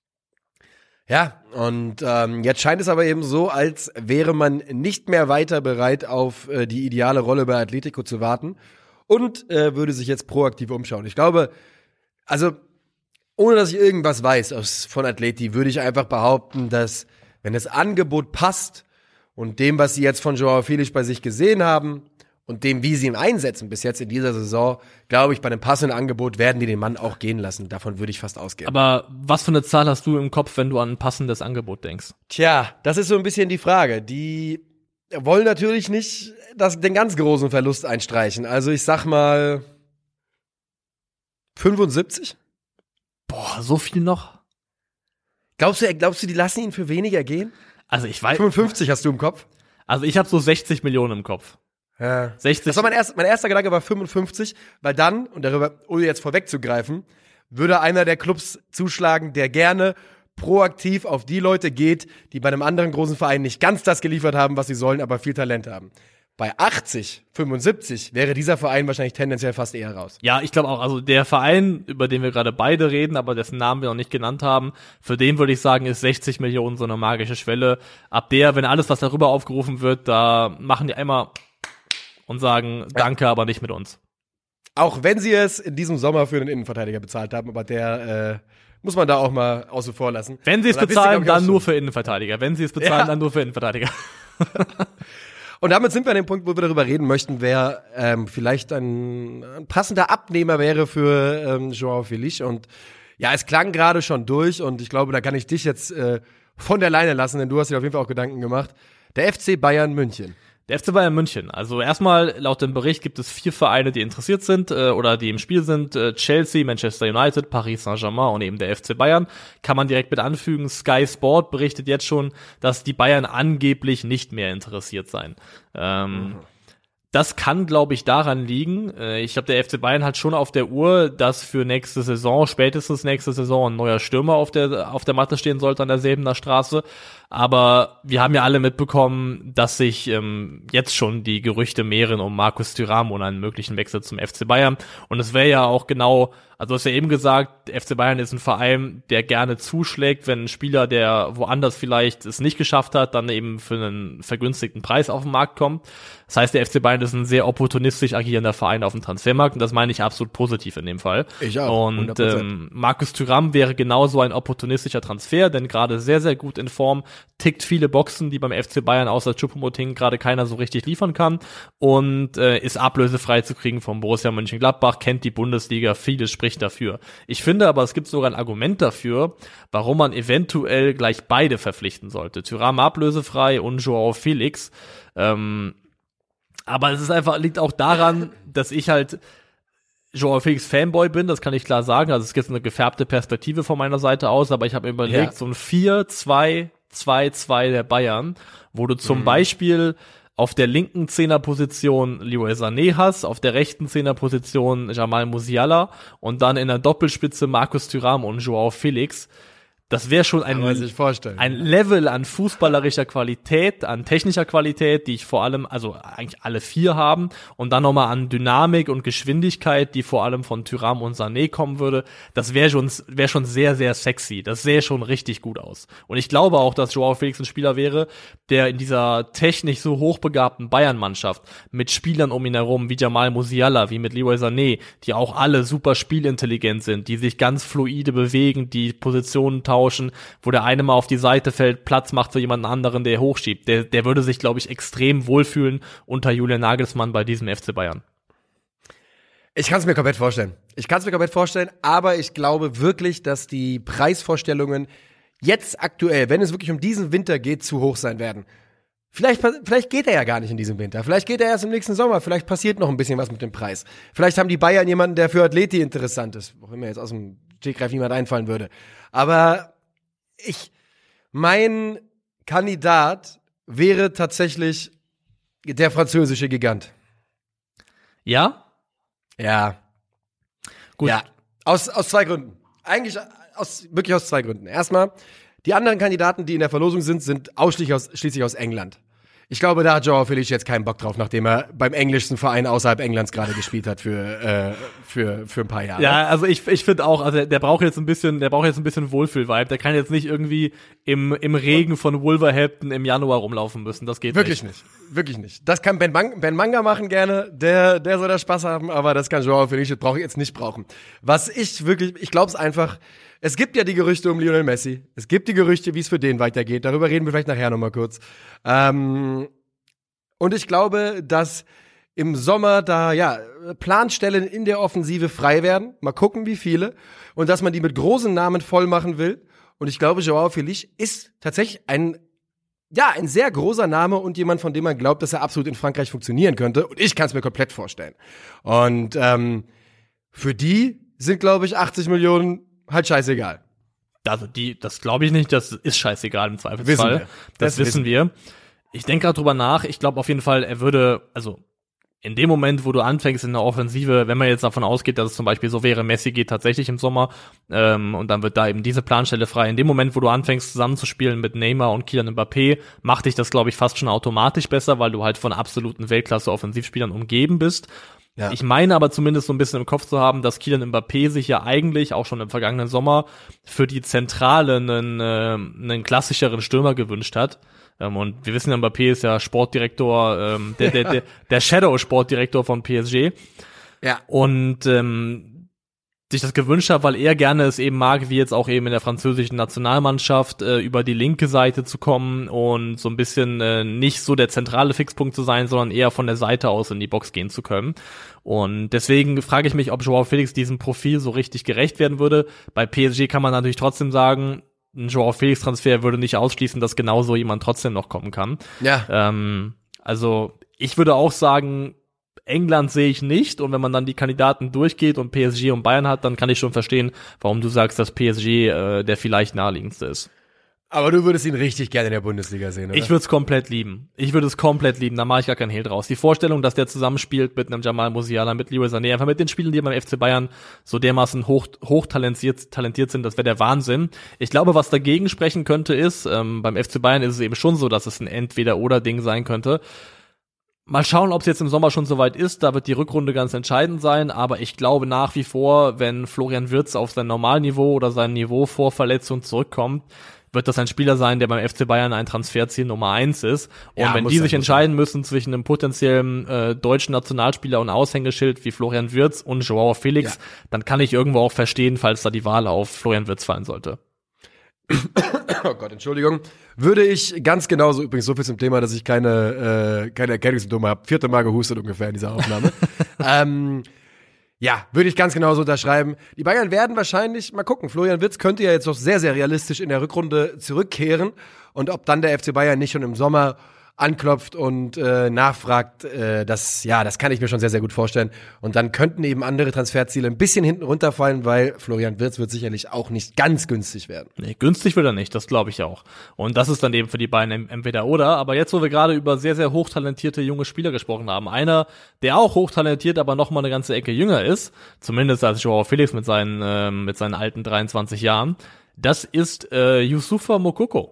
Ja, und ähm, jetzt scheint es aber eben so, als wäre man nicht mehr weiter bereit, auf äh, die ideale Rolle bei Atletico zu warten und äh, würde sich jetzt proaktiv umschauen. Ich glaube, also ohne dass ich irgendwas weiß aus, von Atleti, würde ich einfach behaupten, dass wenn das Angebot passt und dem, was sie jetzt von Joao Felix bei sich gesehen haben und dem, wie sie ihn einsetzen bis jetzt in dieser Saison, glaube ich, bei einem passenden Angebot werden die den Mann auch gehen lassen. Davon würde ich fast ausgehen. Aber was für eine Zahl hast du im Kopf, wenn du an ein passendes Angebot denkst? Tja, das ist so ein bisschen die Frage. Die wollen natürlich nicht das, den ganz großen Verlust einstreichen. Also ich sag mal fünfundsiebzig? Boah, so viel noch? Glaubst du, glaubst du, die lassen ihn für weniger gehen? Also ich weiß. fünfundfünfzig hast du im Kopf? Also ich habe so sechzig Millionen im Kopf. Ja. sechzig. Das war mein, erst, mein erster Gedanke war fünfundfünfzig, weil dann, und darüber, ohne jetzt vorwegzugreifen, würde einer der Clubs zuschlagen, der gerne proaktiv auf die Leute geht, die bei einem anderen großen Verein nicht ganz das geliefert haben, was sie sollen, aber viel Talent haben. Bei achtzig, fünfundsiebzig wäre dieser Verein wahrscheinlich tendenziell fast eher raus. Ja, ich glaube auch, also der Verein, über den wir gerade beide reden, aber dessen Namen wir noch nicht genannt haben, für den würde ich sagen, ist sechzig Millionen so eine magische Schwelle. Ab der, wenn alles, was darüber aufgerufen wird, da machen die einmal und sagen, danke, aber nicht mit uns. Auch wenn sie es in diesem Sommer für einen Innenverteidiger bezahlt haben, aber der äh, muss man da auch mal außen vor lassen. Wenn sie es bezahlen, dann nur für Innenverteidiger. Wenn sie es bezahlen, Ja. dann nur für Innenverteidiger. Und damit sind wir an dem Punkt, wo wir darüber reden möchten, wer ähm, vielleicht ein, ein passender Abnehmer wäre für ähm, Joao Felix. Und ja, es klang gerade schon durch und ich glaube, da kann ich dich jetzt äh, von der Leine lassen, denn du hast dir auf jeden Fall auch Gedanken gemacht. Der F C Bayern München. Der F C Bayern München. Also erstmal, laut dem Bericht gibt es vier Vereine, die interessiert sind äh, oder die im Spiel sind. Äh, Chelsea, Manchester United, Paris Saint-Germain und eben der F C Bayern. Kann man direkt mit anfügen. Sky Sport berichtet jetzt schon, dass die Bayern angeblich nicht mehr interessiert seien. Ähm, mhm. Das kann, glaube ich, daran liegen. Äh, ich glaube, der F C Bayern hat schon auf der Uhr, dass für nächste Saison, spätestens nächste Saison, ein neuer Stürmer auf der auf der Matte stehen sollte an der Säbener Straße. Aber wir haben ja alle mitbekommen, dass sich ähm, jetzt schon die Gerüchte mehren um Markus Thuram und einen möglichen Wechsel zum F C Bayern. Und es wäre ja auch genau, also du hast ja eben gesagt, der F C Bayern ist ein Verein, der gerne zuschlägt, wenn ein Spieler, der woanders vielleicht es nicht geschafft hat, dann eben für einen vergünstigten Preis auf den Markt kommt. Das heißt, der F C Bayern ist ein sehr opportunistisch agierender Verein auf dem Transfermarkt und das meine ich absolut positiv in dem Fall. Ich auch. Und ähm, Markus Thuram wäre genauso ein opportunistischer Transfer, denn gerade sehr, sehr gut in Form, tickt viele Boxen, die beim F C Bayern außer Choupo-Moting gerade keiner so richtig liefern kann und äh, ist ablösefrei zu kriegen vom Borussia Mönchengladbach, kennt die Bundesliga, vieles spricht dafür. Ich finde aber, es gibt sogar ein Argument dafür, warum man eventuell gleich beide verpflichten sollte. Thuram ablösefrei und Joao Felix. Ähm, aber es ist einfach, liegt auch daran, dass ich halt Joao Felix Fanboy bin, das kann ich klar sagen. Also es gibt eine gefärbte Perspektive von meiner Seite aus, aber ich habe mir überlegt, ja. so ein vier zwei zwei zwei der Bayern, wo du zum mhm. Beispiel auf der linken Zehnerposition Leroy Sané hast, auf der rechten Zehnerposition Jamal Musiala und dann in der Doppelspitze Markus Thuram und Joao Felix. Das wäre schon ein, ein Level an fußballerischer Qualität, an technischer Qualität, die ich vor allem, also eigentlich alle vier haben, und dann nochmal an Dynamik und Geschwindigkeit, die vor allem von Thuram und Sané kommen würde. Das wäre schon, wäre schon sehr, sehr sexy. Das sähe schon richtig gut aus. Und ich glaube auch, dass Joao Felix ein Spieler wäre, der in dieser technisch so hochbegabten Bayern-Mannschaft mit Spielern um ihn herum, wie Jamal Musiala, wie mit Leroy Sané, die auch alle super spielintelligent sind, die sich ganz fluide bewegen, die Positionen tauschen, wo der eine mal auf die Seite fällt, Platz macht für jemanden anderen, der hochschiebt. Der, der würde sich, glaube ich, extrem wohlfühlen unter Julian Nagelsmann bei diesem F C Bayern. Ich kann es mir komplett vorstellen. Ich kann es mir komplett vorstellen, aber ich glaube wirklich, dass die Preisvorstellungen jetzt aktuell, wenn es wirklich um diesen Winter geht, zu hoch sein werden. Vielleicht, vielleicht geht er ja gar nicht in diesem Winter. Vielleicht geht er erst im nächsten Sommer. Vielleicht passiert noch ein bisschen was mit dem Preis. Vielleicht haben die Bayern jemanden, der für Atleti interessant ist. Auch wenn mir jetzt aus dem Stegreif niemand einfallen würde. Aber ich, mein Kandidat wäre tatsächlich der französische Gigant. Ja? Ja. Gut. Ja. Aus, aus zwei Gründen. Eigentlich aus, wirklich aus zwei Gründen. Erstmal, die anderen Kandidaten, die in der Verlosung sind, sind ausschließlich aus, schließlich aus England. Ich glaube, da hat Joao Felix jetzt keinen Bock drauf, nachdem er beim englischsten Verein außerhalb Englands gerade gespielt hat für, äh, für, für ein paar Jahre. Ja, also ich, ich finde auch, also der braucht jetzt ein bisschen, der braucht jetzt ein bisschen Wohlfühl-Vibe. Der kann jetzt nicht irgendwie im, im Regen von Wolverhampton im Januar rumlaufen müssen. Das geht wirklich nicht. nicht. Wirklich nicht. Das kann Ben, Bang, Ben Manga machen gerne. Der, der soll da Spaß haben, aber das kann Joao Felix, das brauche ich jetzt nicht brauchen. Was ich wirklich, ich glaube es einfach, es gibt ja die Gerüchte um Lionel Messi. Es gibt die Gerüchte, wie es für den weitergeht. Darüber reden wir vielleicht nachher nochmal kurz. Ähm, und ich glaube, dass im Sommer da, ja, Planstellen in der Offensive frei werden. Mal gucken, wie viele. Und dass man die mit großen Namen voll machen will. Und ich glaube, Joao Felix ist tatsächlich ein, ja, ein sehr großer Name und jemand, von dem man glaubt, dass er absolut in Frankreich funktionieren könnte. Und ich kann es mir komplett vorstellen. Und ähm, für die sind, glaube ich, achtzig Millionen halt scheißegal. Also die, das glaube ich nicht, das ist scheißegal im Zweifelsfall. Wissen wir. Das, das wissen wir. Ich denke gerade drüber nach, ich glaube auf jeden Fall, er würde, also in dem Moment, wo du anfängst in der Offensive, wenn man jetzt davon ausgeht, dass es zum Beispiel so wäre, Messi geht tatsächlich im Sommer ähm, und dann wird da eben diese Planstelle frei. In dem Moment, wo du anfängst zusammenzuspielen mit Neymar und Kylian Mbappé, macht dich das, glaube ich, fast schon automatisch besser, weil du halt von absoluten Weltklasse-Offensivspielern umgeben bist. Ja. Ich meine aber zumindest so ein bisschen im Kopf zu haben, dass Kylian Mbappé sich ja eigentlich auch schon im vergangenen Sommer für die Zentrale einen, äh, einen klassischeren Stürmer gewünscht hat. Ähm, und wir wissen, Mbappé ist ja Sportdirektor, ähm, der, der, der, der Shadow-Sportdirektor von P S G. Ja. Und ähm, sich das gewünscht hat, weil er gerne es eben mag, wie jetzt auch eben in der französischen Nationalmannschaft, äh, über die linke Seite zu kommen und so ein bisschen äh, nicht so der zentrale Fixpunkt zu sein, sondern eher von der Seite aus in die Box gehen zu können. Und deswegen frage ich mich, ob Joao Felix diesem Profil so richtig gerecht werden würde. Bei P S G kann man natürlich trotzdem sagen, ein Joao Felix-Transfer würde nicht ausschließen, dass genau so jemand trotzdem noch kommen kann. Ja. Ähm, also ich würde auch sagen, England sehe ich nicht, und wenn man dann die Kandidaten durchgeht und P S G und Bayern hat, dann kann ich schon verstehen, warum du sagst, dass P S G äh, der vielleicht naheliegendste ist. Aber du würdest ihn richtig gerne in der Bundesliga sehen, oder? Ich würde es komplett lieben. Ich würde es komplett lieben, da mache ich gar keinen Hehl draus. Die Vorstellung, dass der zusammenspielt mit einem Jamal Musiala, mit Leroy Sané, einfach mit den Spielern, die beim F C Bayern so dermaßen hoch, hoch talentiert, talentiert sind, das wäre der Wahnsinn. Ich glaube, was dagegen sprechen könnte, ist, ähm, beim F C Bayern ist es eben schon so, dass es ein Entweder-oder-Ding sein könnte. Mal schauen, ob es jetzt im Sommer schon soweit ist, da wird die Rückrunde ganz entscheidend sein, aber ich glaube nach wie vor, wenn Florian Wirtz auf sein Normalniveau oder sein Niveau vor Verletzung zurückkommt, wird das ein Spieler sein, der beim F C Bayern ein Transferziel Nummer eins ist. Und ja, wenn die sich entscheiden müssen zwischen einem potenziellen äh, deutschen Nationalspieler und Aushängeschild wie Florian Wirtz und Joao Felix, ja, dann kann ich irgendwo auch verstehen, falls da die Wahl auf Florian Wirtz fallen sollte. oh Gott, Entschuldigung, würde ich ganz genauso, übrigens so viel zum Thema, dass ich keine, äh, keine Erkältungssymptome habe, vierte Mal gehustet ungefähr in dieser Aufnahme. ähm, ja, würde ich ganz genauso unterschreiben. Die Bayern werden wahrscheinlich, mal gucken, Florian Wirtz könnte ja jetzt doch sehr, sehr realistisch in der Rückrunde zurückkehren und ob dann der F C Bayern nicht schon im Sommer anklopft und äh, nachfragt, äh, das, ja, das kann ich mir schon sehr, sehr gut vorstellen. Und dann könnten eben andere Transferziele ein bisschen hinten runterfallen, weil Florian Wirtz wird sicherlich auch nicht ganz günstig werden. Nee, günstig wird er nicht, das glaube ich auch. Und das ist dann eben für die beiden entweder oder. Aber jetzt, wo wir gerade über sehr, sehr hochtalentierte junge Spieler gesprochen haben, einer, der auch hochtalentiert, aber noch mal eine ganze Ecke jünger ist, zumindest als Joao Felix mit seinen, äh, mit seinen alten dreiundzwanzig Jahren, das ist äh, Youssoufa Moukoko.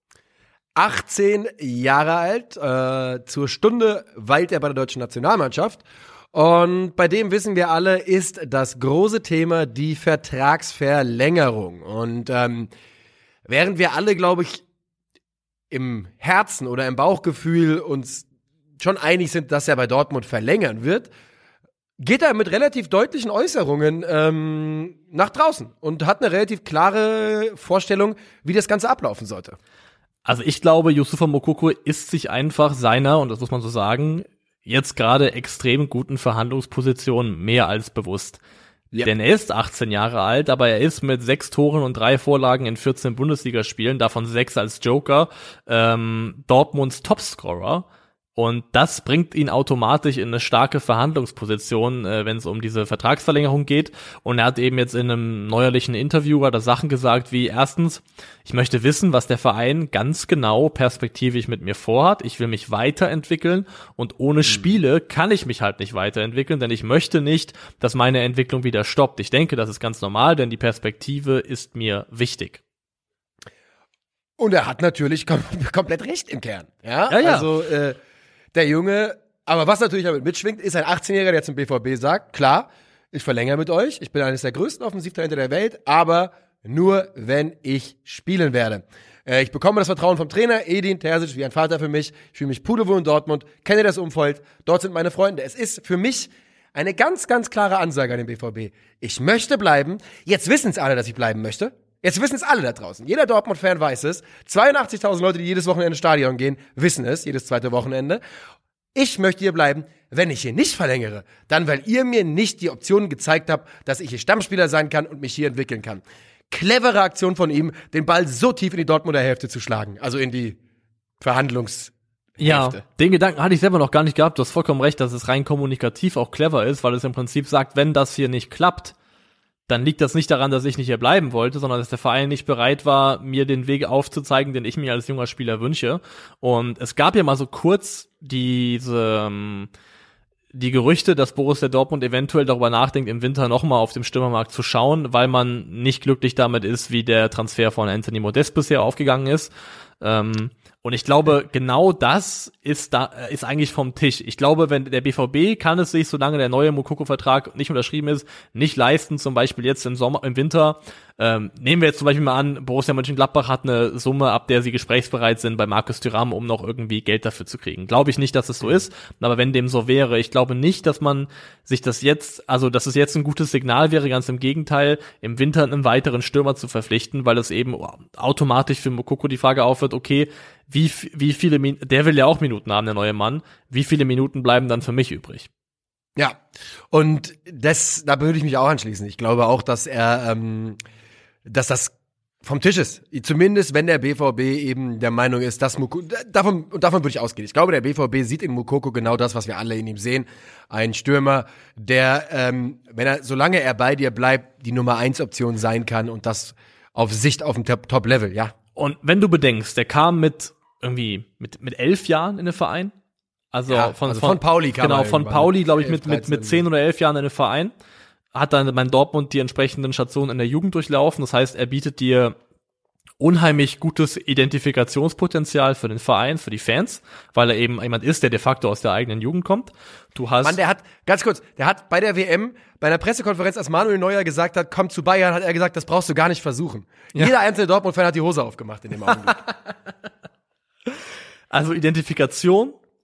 achtzehn Jahre alt, äh, zur Stunde weilt er bei der deutschen Nationalmannschaft. Und bei dem, wissen wir alle, ist das große Thema die Vertragsverlängerung. Und ähm, während wir alle, glaube ich, im Herzen oder im Bauchgefühl uns schon einig sind, dass er bei Dortmund verlängern wird, geht er mit relativ deutlichen Äußerungen ähm, nach draußen und hat eine relativ klare Vorstellung, wie das Ganze ablaufen sollte. Also ich glaube, Youssoufa Moukoko ist sich einfach seiner, und das muss man so sagen, jetzt gerade extrem guten Verhandlungsposition mehr als bewusst. Ja. Denn er ist achtzehn Jahre alt, aber er ist mit sechs Toren und drei Vorlagen in vierzehn Bundesligaspielen, davon sechs als Joker, ähm, Dortmunds Topscorer. Und das bringt ihn automatisch in eine starke Verhandlungsposition, äh, wenn es um diese Vertragsverlängerung geht. Und er hat eben jetzt in einem neuerlichen Interview oder Sachen gesagt wie, erstens, ich möchte wissen, was der Verein ganz genau perspektivisch mit mir vorhat. Ich will mich weiterentwickeln und ohne Spiele kann ich mich halt nicht weiterentwickeln, denn ich möchte nicht, dass meine Entwicklung wieder stoppt. Ich denke, das ist ganz normal, denn die Perspektive ist mir wichtig. Und er hat natürlich kom- komplett recht im Kern. Ja, ja, ja. Also, äh, der Junge, aber was natürlich damit mitschwingt, ist ein achtzehnjähriger, der zum B V B sagt, klar, ich verlängere mit euch, ich bin eines der größten Offensivtalente der Welt, aber nur, wenn ich spielen werde. Äh, ich bekomme das Vertrauen vom Trainer, Edin Terzic, wie ein Vater für mich, ich fühle mich pudelwohl in Dortmund, kenne das Umfeld, dort sind meine Freunde. Es ist für mich eine ganz, ganz klare Ansage an den B V B. Ich möchte bleiben, jetzt wissen es alle, dass ich bleiben möchte. Jetzt wissen es alle da draußen. Jeder Dortmund-Fan weiß es. zweiundachtzigtausend Leute, die jedes Wochenende ins Stadion gehen, wissen es, jedes zweite Wochenende. Ich möchte hier bleiben. Wenn ich hier nicht verlängere, dann, weil ihr mir nicht die Optionen gezeigt habt, dass ich hier Stammspieler sein kann und mich hier entwickeln kann. Clevere Aktion von ihm, den Ball so tief in die Dortmunder Hälfte zu schlagen. Also in die Verhandlungs- Ja, den Gedanken hatte ich selber noch gar nicht gehabt. Du hast vollkommen recht, dass es rein kommunikativ auch clever ist, weil es im Prinzip sagt, wenn das hier nicht klappt, dann liegt das nicht daran, dass ich nicht hier bleiben wollte, sondern dass der Verein nicht bereit war, mir den Weg aufzuzeigen, den ich mir als junger Spieler wünsche. Und es gab ja mal so kurz diese die Gerüchte, dass Borussia Dortmund eventuell darüber nachdenkt, im Winter nochmal auf dem Stürmermarkt zu schauen, weil man nicht glücklich damit ist, wie der Transfer von Anthony Modest bisher aufgegangen ist. Ähm, und ich glaube, genau das ist da ist eigentlich vom Tisch. Ich glaube, wenn der B V B kann es sich, solange der neue Moukoko-Vertrag nicht unterschrieben ist, nicht leisten, zum Beispiel jetzt im Sommer, im Winter. Ähm, nehmen wir jetzt zum Beispiel mal an, Borussia Mönchengladbach hat eine Summe, ab der sie gesprächsbereit sind bei Markus Thuram, um noch irgendwie Geld dafür zu kriegen. Glaube ich nicht, dass es so ist, aber wenn dem so wäre, ich glaube nicht, dass man sich das jetzt, also dass es jetzt ein gutes Signal wäre, ganz im Gegenteil, im Winter einen weiteren Stürmer zu verpflichten, weil es eben automatisch für Moukoko die Frage aufwirft, okay, wie wie viele Min- der will ja auch Minuten haben, der neue Mann, wie viele Minuten bleiben dann für mich übrig? Ja, und das, da würde ich mich auch anschließen. Ich glaube auch, dass er, ähm, dass das vom Tisch ist. Zumindest, wenn der B V B eben der Meinung ist, dass Moukoko, davon, davon würde ich ausgehen. Ich glaube, der B V B sieht in Moukoko genau das, was wir alle in ihm sehen. Ein Stürmer, der, ähm, wenn er, solange er bei dir bleibt, die Nummer eins Option sein kann und das auf Sicht auf dem Top-Level, ja. Und wenn du bedenkst, der kam mit irgendwie mit mit elf Jahren in den Verein. Also, ja, von, also von, von Pauli kam Genau, er von Pauli, glaube ich, elf, mit, mit, dreizehn, mit zehn oder elf Jahren in den Verein. Hat dann bei Dortmund die entsprechenden Stationen in der Jugend durchlaufen. Das heißt, er bietet dir unheimlich gutes Identifikationspotenzial für den Verein, für die Fans, weil er eben jemand ist, der de facto aus der eigenen Jugend kommt. Du hast Mann, der hat, ganz kurz, der hat bei der W M, bei einer Pressekonferenz, als Manuel Neuer gesagt hat, komm zu Bayern, hat er gesagt, das brauchst du gar nicht versuchen. Ja. Jeder einzelne Dortmund-Fan hat die Hose aufgemacht in dem Augenblick. Also Identifikation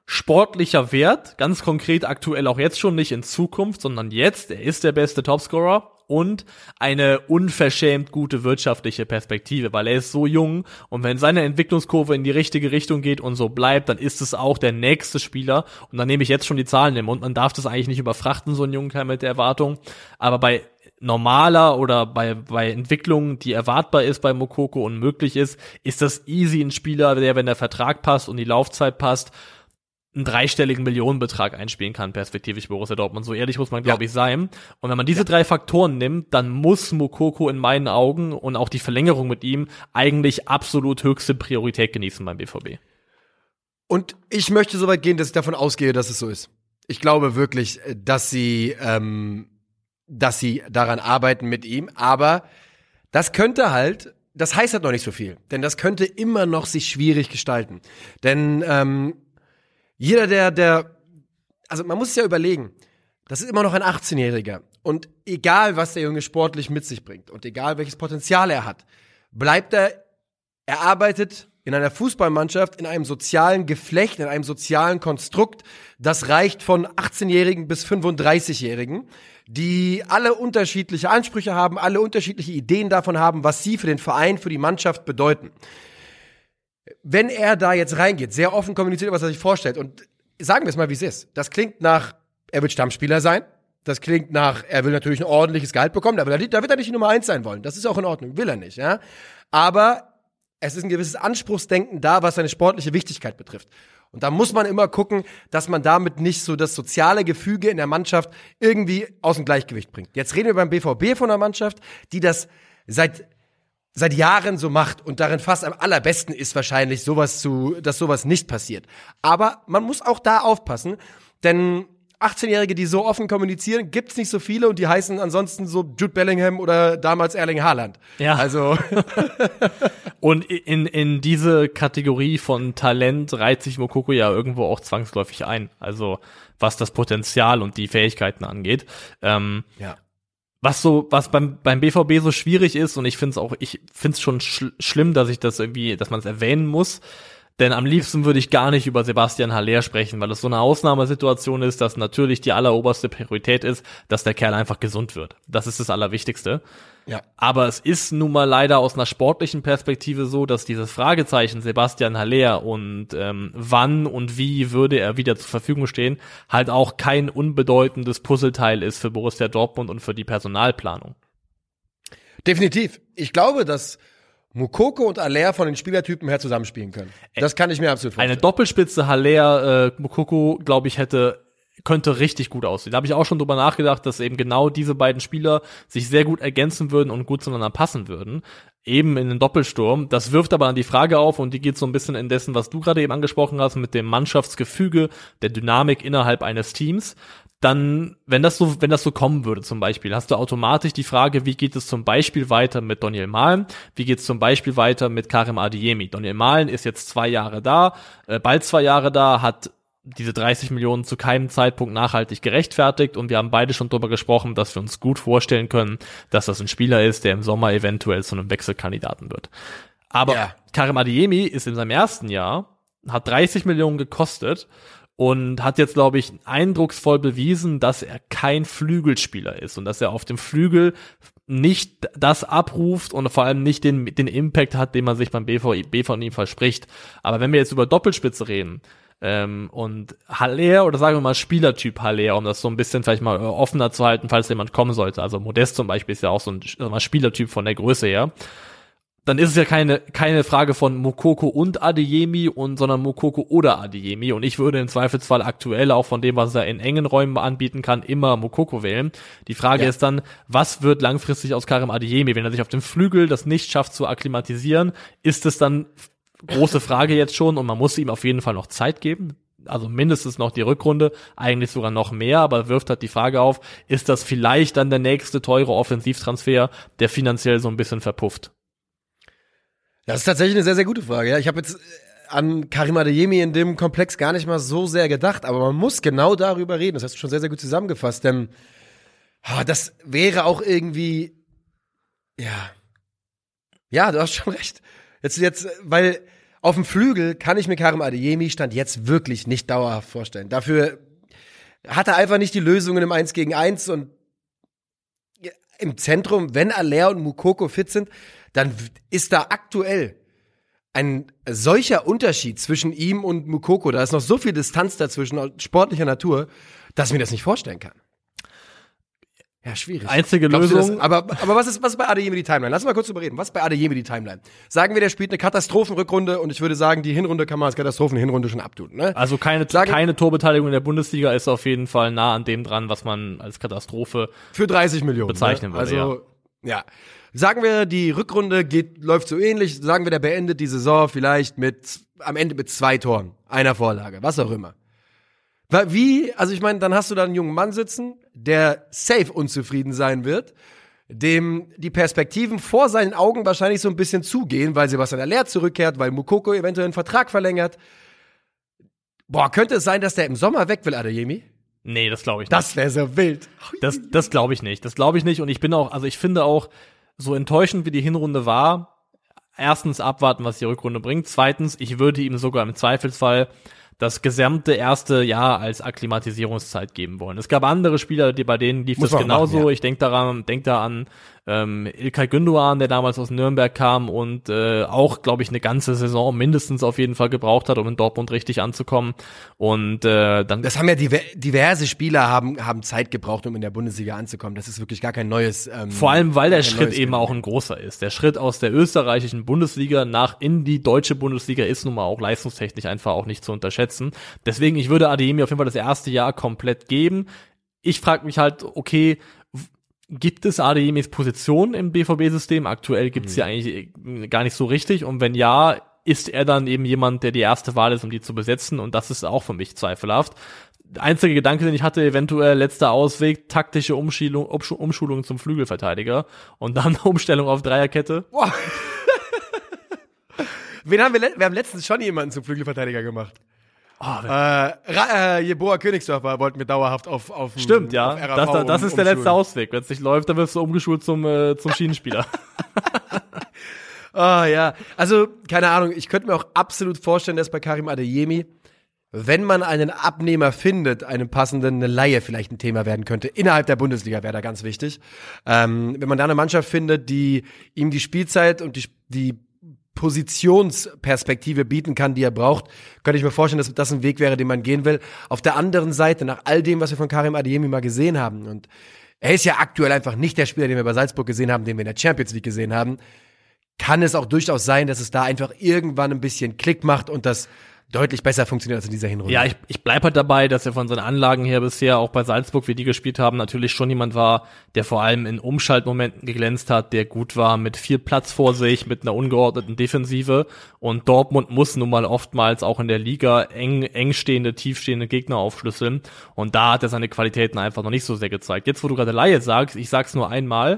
sportlicher Wert, ganz konkret aktuell auch jetzt schon, nicht in Zukunft, sondern jetzt, er ist der beste Topscorer und eine unverschämt gute wirtschaftliche Perspektive, weil er ist so jung und wenn seine Entwicklungskurve in die richtige Richtung geht und so bleibt, dann ist es auch der nächste Spieler und dann nehme ich jetzt schon die Zahlen im Mund, man darf das eigentlich nicht überfrachten, so einen jungen Kerl mit der Erwartung, aber bei normaler oder bei bei Entwicklung, die erwartbar ist bei Moukoko und möglich ist, ist das easy ein Spieler, der, wenn der Vertrag passt und die Laufzeit passt, einen dreistelligen Millionenbetrag einspielen kann, perspektivisch Borussia Dortmund. So ehrlich muss man, glaube Ja. ich, sein. Und wenn man diese Ja. drei Faktoren nimmt, dann muss Moukoko in meinen Augen und auch die Verlängerung mit ihm eigentlich absolut höchste Priorität genießen beim B V B. Und ich möchte so weit gehen, dass ich davon ausgehe, dass es so ist. Ich glaube wirklich, dass sie, ähm, dass sie daran arbeiten mit ihm. Aber das könnte halt, das heißt halt noch nicht so viel. Denn das könnte immer noch sich schwierig gestalten. Denn ähm, jeder, der, der, also man muss es ja überlegen, das ist immer noch ein achtzehnjähriger. Und egal, was der Junge sportlich mit sich bringt und egal, welches Potenzial er hat, bleibt er, er arbeitet in einer Fußballmannschaft, in einem sozialen Geflecht, in einem sozialen Konstrukt, das reicht von achtzehnjährigen bis fünfunddreißigjährigen, die alle unterschiedliche Ansprüche haben, alle unterschiedliche Ideen davon haben, was sie für den Verein, für die Mannschaft bedeuten. Wenn er da jetzt reingeht, sehr offen kommuniziert, was er sich vorstellt, und sagen wir es mal, wie es ist. Das klingt nach, er wird Stammspieler sein. Das klingt nach, er will natürlich ein ordentliches Gehalt bekommen, aber da wird er nicht die Nummer eins sein wollen. Das ist auch in Ordnung, will er nicht, ja. Aber es ist ein gewisses Anspruchsdenken da, was seine sportliche Wichtigkeit betrifft. Und da muss man immer gucken, dass man damit nicht so das soziale Gefüge in der Mannschaft irgendwie aus dem Gleichgewicht bringt. Jetzt reden wir beim B V B von einer Mannschaft, die das seit seit Jahren so macht und darin fast am allerbesten ist wahrscheinlich sowas zu, dass sowas nicht passiert. Aber man muss auch da aufpassen, denn achtzehnjährige, die so offen kommunizieren, gibt's nicht so viele und die heißen ansonsten so Jude Bellingham oder damals Erling Haaland. Ja. Also Und in in diese Kategorie von Talent reiht sich Moukoko ja irgendwo auch zwangsläufig ein. Also was das Potenzial und die Fähigkeiten angeht. Ähm, ja. Was so, was beim beim B V B so schwierig ist, und ich finde es auch, ich finde es schon schl- schlimm, dass ich das irgendwie, dass man es erwähnen muss, denn am liebsten würde ich gar nicht über Sebastian Haller sprechen, weil es so eine Ausnahmesituation ist, dass natürlich die alleroberste Priorität ist, dass der Kerl einfach gesund wird. Das ist das Allerwichtigste. Ja. Aber es ist nun mal leider aus einer sportlichen Perspektive so, dass dieses Fragezeichen Sebastian Haller und ähm, wann und wie würde er wieder zur Verfügung stehen, halt auch kein unbedeutendes Puzzleteil ist für Borussia Dortmund und für die Personalplanung. Definitiv. Ich glaube, dass Moukoko und Haller von den Spielertypen her zusammenspielen können. Das kann ich mir absolut vorstellen. Eine Doppelspitze Haller, äh, Moukoko, glaube ich, hätte könnte richtig gut aussehen. Da habe ich auch schon drüber nachgedacht, dass eben genau diese beiden Spieler sich sehr gut ergänzen würden und gut zueinander passen würden. Eben in den Doppelsturm. Das wirft aber dann die Frage auf, und die geht so ein bisschen in dessen, was du gerade eben angesprochen hast, mit dem Mannschaftsgefüge, der Dynamik innerhalb eines Teams. Dann, wenn das so, wenn das so kommen würde zum Beispiel, hast du automatisch die Frage, wie geht es zum Beispiel weiter mit Daniel Mahlen? Wie geht es zum Beispiel weiter mit Karim Adeyemi? Daniel Mahlen ist jetzt zwei Jahre da, äh, bald zwei Jahre da, hat diese dreißig Millionen zu keinem Zeitpunkt nachhaltig gerechtfertigt, und wir haben beide schon drüber gesprochen, dass wir uns gut vorstellen können, dass das ein Spieler ist, der im Sommer eventuell zu einem Wechselkandidaten wird. Aber Ja. Karim Adeyemi ist in seinem ersten Jahr, hat dreißig Millionen gekostet und hat jetzt, glaube ich, eindrucksvoll bewiesen, dass er kein Flügelspieler ist und dass er auf dem Flügel nicht das abruft und vor allem nicht den, den Impact hat, den man sich beim B V B von ihm verspricht. Aber wenn wir jetzt über Doppelspitze reden, Ähm, und Haller, oder sagen wir mal Spielertyp Haller, um das so ein bisschen vielleicht mal offener zu halten, falls jemand kommen sollte. Also Modest zum Beispiel ist ja auch so ein also mal Spielertyp von der Größe her. Dann ist es ja keine keine Frage von Moukoko und Adeyemi, und sondern Moukoko oder Adeyemi. Und ich würde im Zweifelsfall aktuell auch von dem, was er in engen Räumen anbieten kann, immer Moukoko wählen. Die Frage Ja. ist dann, was wird langfristig aus Karim Adeyemi, wenn er sich auf dem Flügel das nicht schafft zu akklimatisieren? Ist es dann große Frage jetzt schon, und man muss ihm auf jeden Fall noch Zeit geben, also mindestens noch die Rückrunde, eigentlich sogar noch mehr, aber wirft halt die Frage auf, ist das vielleicht dann der nächste teure Offensivtransfer, der finanziell so ein bisschen verpufft? Das ist tatsächlich eine sehr, sehr gute Frage. Ja, ich habe jetzt an Karim Adeyemi in dem Komplex gar nicht mal so sehr gedacht, aber man muss genau darüber reden. Das hast du schon sehr, sehr gut zusammengefasst, denn ah, das wäre auch irgendwie, ja, ja, du hast schon recht. Jetzt, jetzt, weil Auf dem Flügel kann ich mir Karim Adeyemi Stand jetzt wirklich nicht dauerhaft vorstellen. Dafür hat er einfach nicht die Lösungen im eins gegen eins und im Zentrum, wenn Aller und Moukoko fit sind, dann ist da aktuell ein solcher Unterschied zwischen ihm und Moukoko, da ist noch so viel Distanz dazwischen, sportlicher Natur, dass ich mir das nicht vorstellen kann. Ja, schwierig. Einzige Glaubst Lösung. du das, aber, aber was ist, was ist bei Adeyemi die Timeline? Lass uns mal kurz drüber reden. Was ist bei Adeyemi die Timeline? Sagen wir, der spielt eine Katastrophenrückrunde und ich würde sagen, die Hinrunde kann man als Katastrophenhinrunde schon abtun, ne? Also keine, Sage, keine Torbeteiligung in der Bundesliga ist auf jeden Fall nah an dem dran, was man als Katastrophe für dreißig Millionen bezeichnen ne? würde. Also, ja. ja. Sagen wir, die Rückrunde geht, läuft so ähnlich. Sagen wir, der beendet die Saison vielleicht mit, am Ende mit zwei Toren, einer Vorlage, was auch immer. Wie, also ich meine, dann hast du da einen jungen Mann sitzen, der safe unzufrieden sein wird, dem die Perspektiven vor seinen Augen wahrscheinlich so ein bisschen zugehen, weil Sebastian Aller zurückkehrt, weil Moukoko eventuell einen Vertrag verlängert. Boah, könnte es sein, dass der im Sommer weg will, Adeyemi? Nee, das glaube ich nicht. Das wäre so wild. Das, das glaube ich nicht. Das glaube ich nicht. Und ich bin auch, also ich finde auch, so enttäuschend wie die Hinrunde war, erstens abwarten, was die Rückrunde bringt. Zweitens, ich würde ihm sogar im Zweifelsfall das gesamte erste Jahr als Akklimatisierungszeit geben wollen. Es gab andere Spieler, die bei denen lief Muss das man genauso. machen, ja. Ich denke daran, denk da an ähm, İlkay Gündoğan, der damals aus Nürnberg kam und äh, auch, glaube ich, eine ganze Saison mindestens auf jeden Fall gebraucht hat, um in Dortmund richtig anzukommen. Und äh, dann Das haben ja diver- diverse Spieler haben haben Zeit gebraucht, um in der Bundesliga anzukommen. Das ist wirklich gar kein neues. Ähm, Vor allem, weil der kein Schritt neues eben auch ein großer ist. Der Schritt aus der österreichischen Bundesliga nach in die deutsche Bundesliga ist nun mal auch leistungstechnisch einfach auch nicht zu unterschätzen. Deswegen, ich würde Adeyemi auf jeden Fall das erste Jahr komplett geben. Ich frage mich halt, okay, w- gibt es Adeyemis Position im B V B-System? Aktuell gibt es Mhm. ja eigentlich gar nicht so richtig. Und wenn ja, ist er dann eben jemand, der die erste Wahl ist, um die zu besetzen? Und das ist auch für mich zweifelhaft. Der einzige Gedanke, den ich hatte, eventuell letzter Ausweg, taktische Umschulung, Umsch- Umschulung zum Flügelverteidiger und dann Umstellung auf Dreierkette. Boah. Wen haben wir, le- wir haben letztens schon jemanden zum Flügelverteidiger gemacht. Oh, Äh, Ra- äh, Jeboa Königsdorfer wollten wir dauerhaft auf auf Stimmt, ja. auf R A V Das, das, das um- ist der letzte umschulen. Ausweg. Wenn es nicht läuft, dann wirst du umgeschult zum, äh, zum Schienenspieler. Ah, ja. Also, keine Ahnung, ich könnte mir auch absolut vorstellen, dass bei Karim Adeyemi, wenn man einen Abnehmer findet, einen passenden, eine Laie vielleicht ein Thema werden könnte. Innerhalb der Bundesliga wäre da ganz wichtig. Ähm, wenn man da eine Mannschaft findet, die ihm die Spielzeit und die, die Positionsperspektive bieten kann, die er braucht, könnte ich mir vorstellen, dass das ein Weg wäre, den man gehen will. Auf der anderen Seite, nach all dem, was wir von Karim Adeyemi mal gesehen haben, und er ist ja aktuell einfach nicht der Spieler, den wir bei Salzburg gesehen haben, den wir in der Champions League gesehen haben, kann es auch durchaus sein, dass es da einfach irgendwann ein bisschen Klick macht und das deutlich besser funktioniert als in dieser Hinrunde. Ja, ich, ich bleib halt dabei, dass er von seinen Anlagen her bisher auch bei Salzburg, wie die gespielt haben, natürlich schon jemand war, der vor allem in Umschaltmomenten geglänzt hat, der gut war, mit viel Platz vor sich, mit einer ungeordneten Defensive. Und Dortmund muss nun mal oftmals auch in der Liga eng, eng stehende, tiefstehende Gegner aufschlüsseln. Und da hat er seine Qualitäten einfach noch nicht so sehr gezeigt. Jetzt, wo du gerade Laie sagst, ich sag's nur einmal,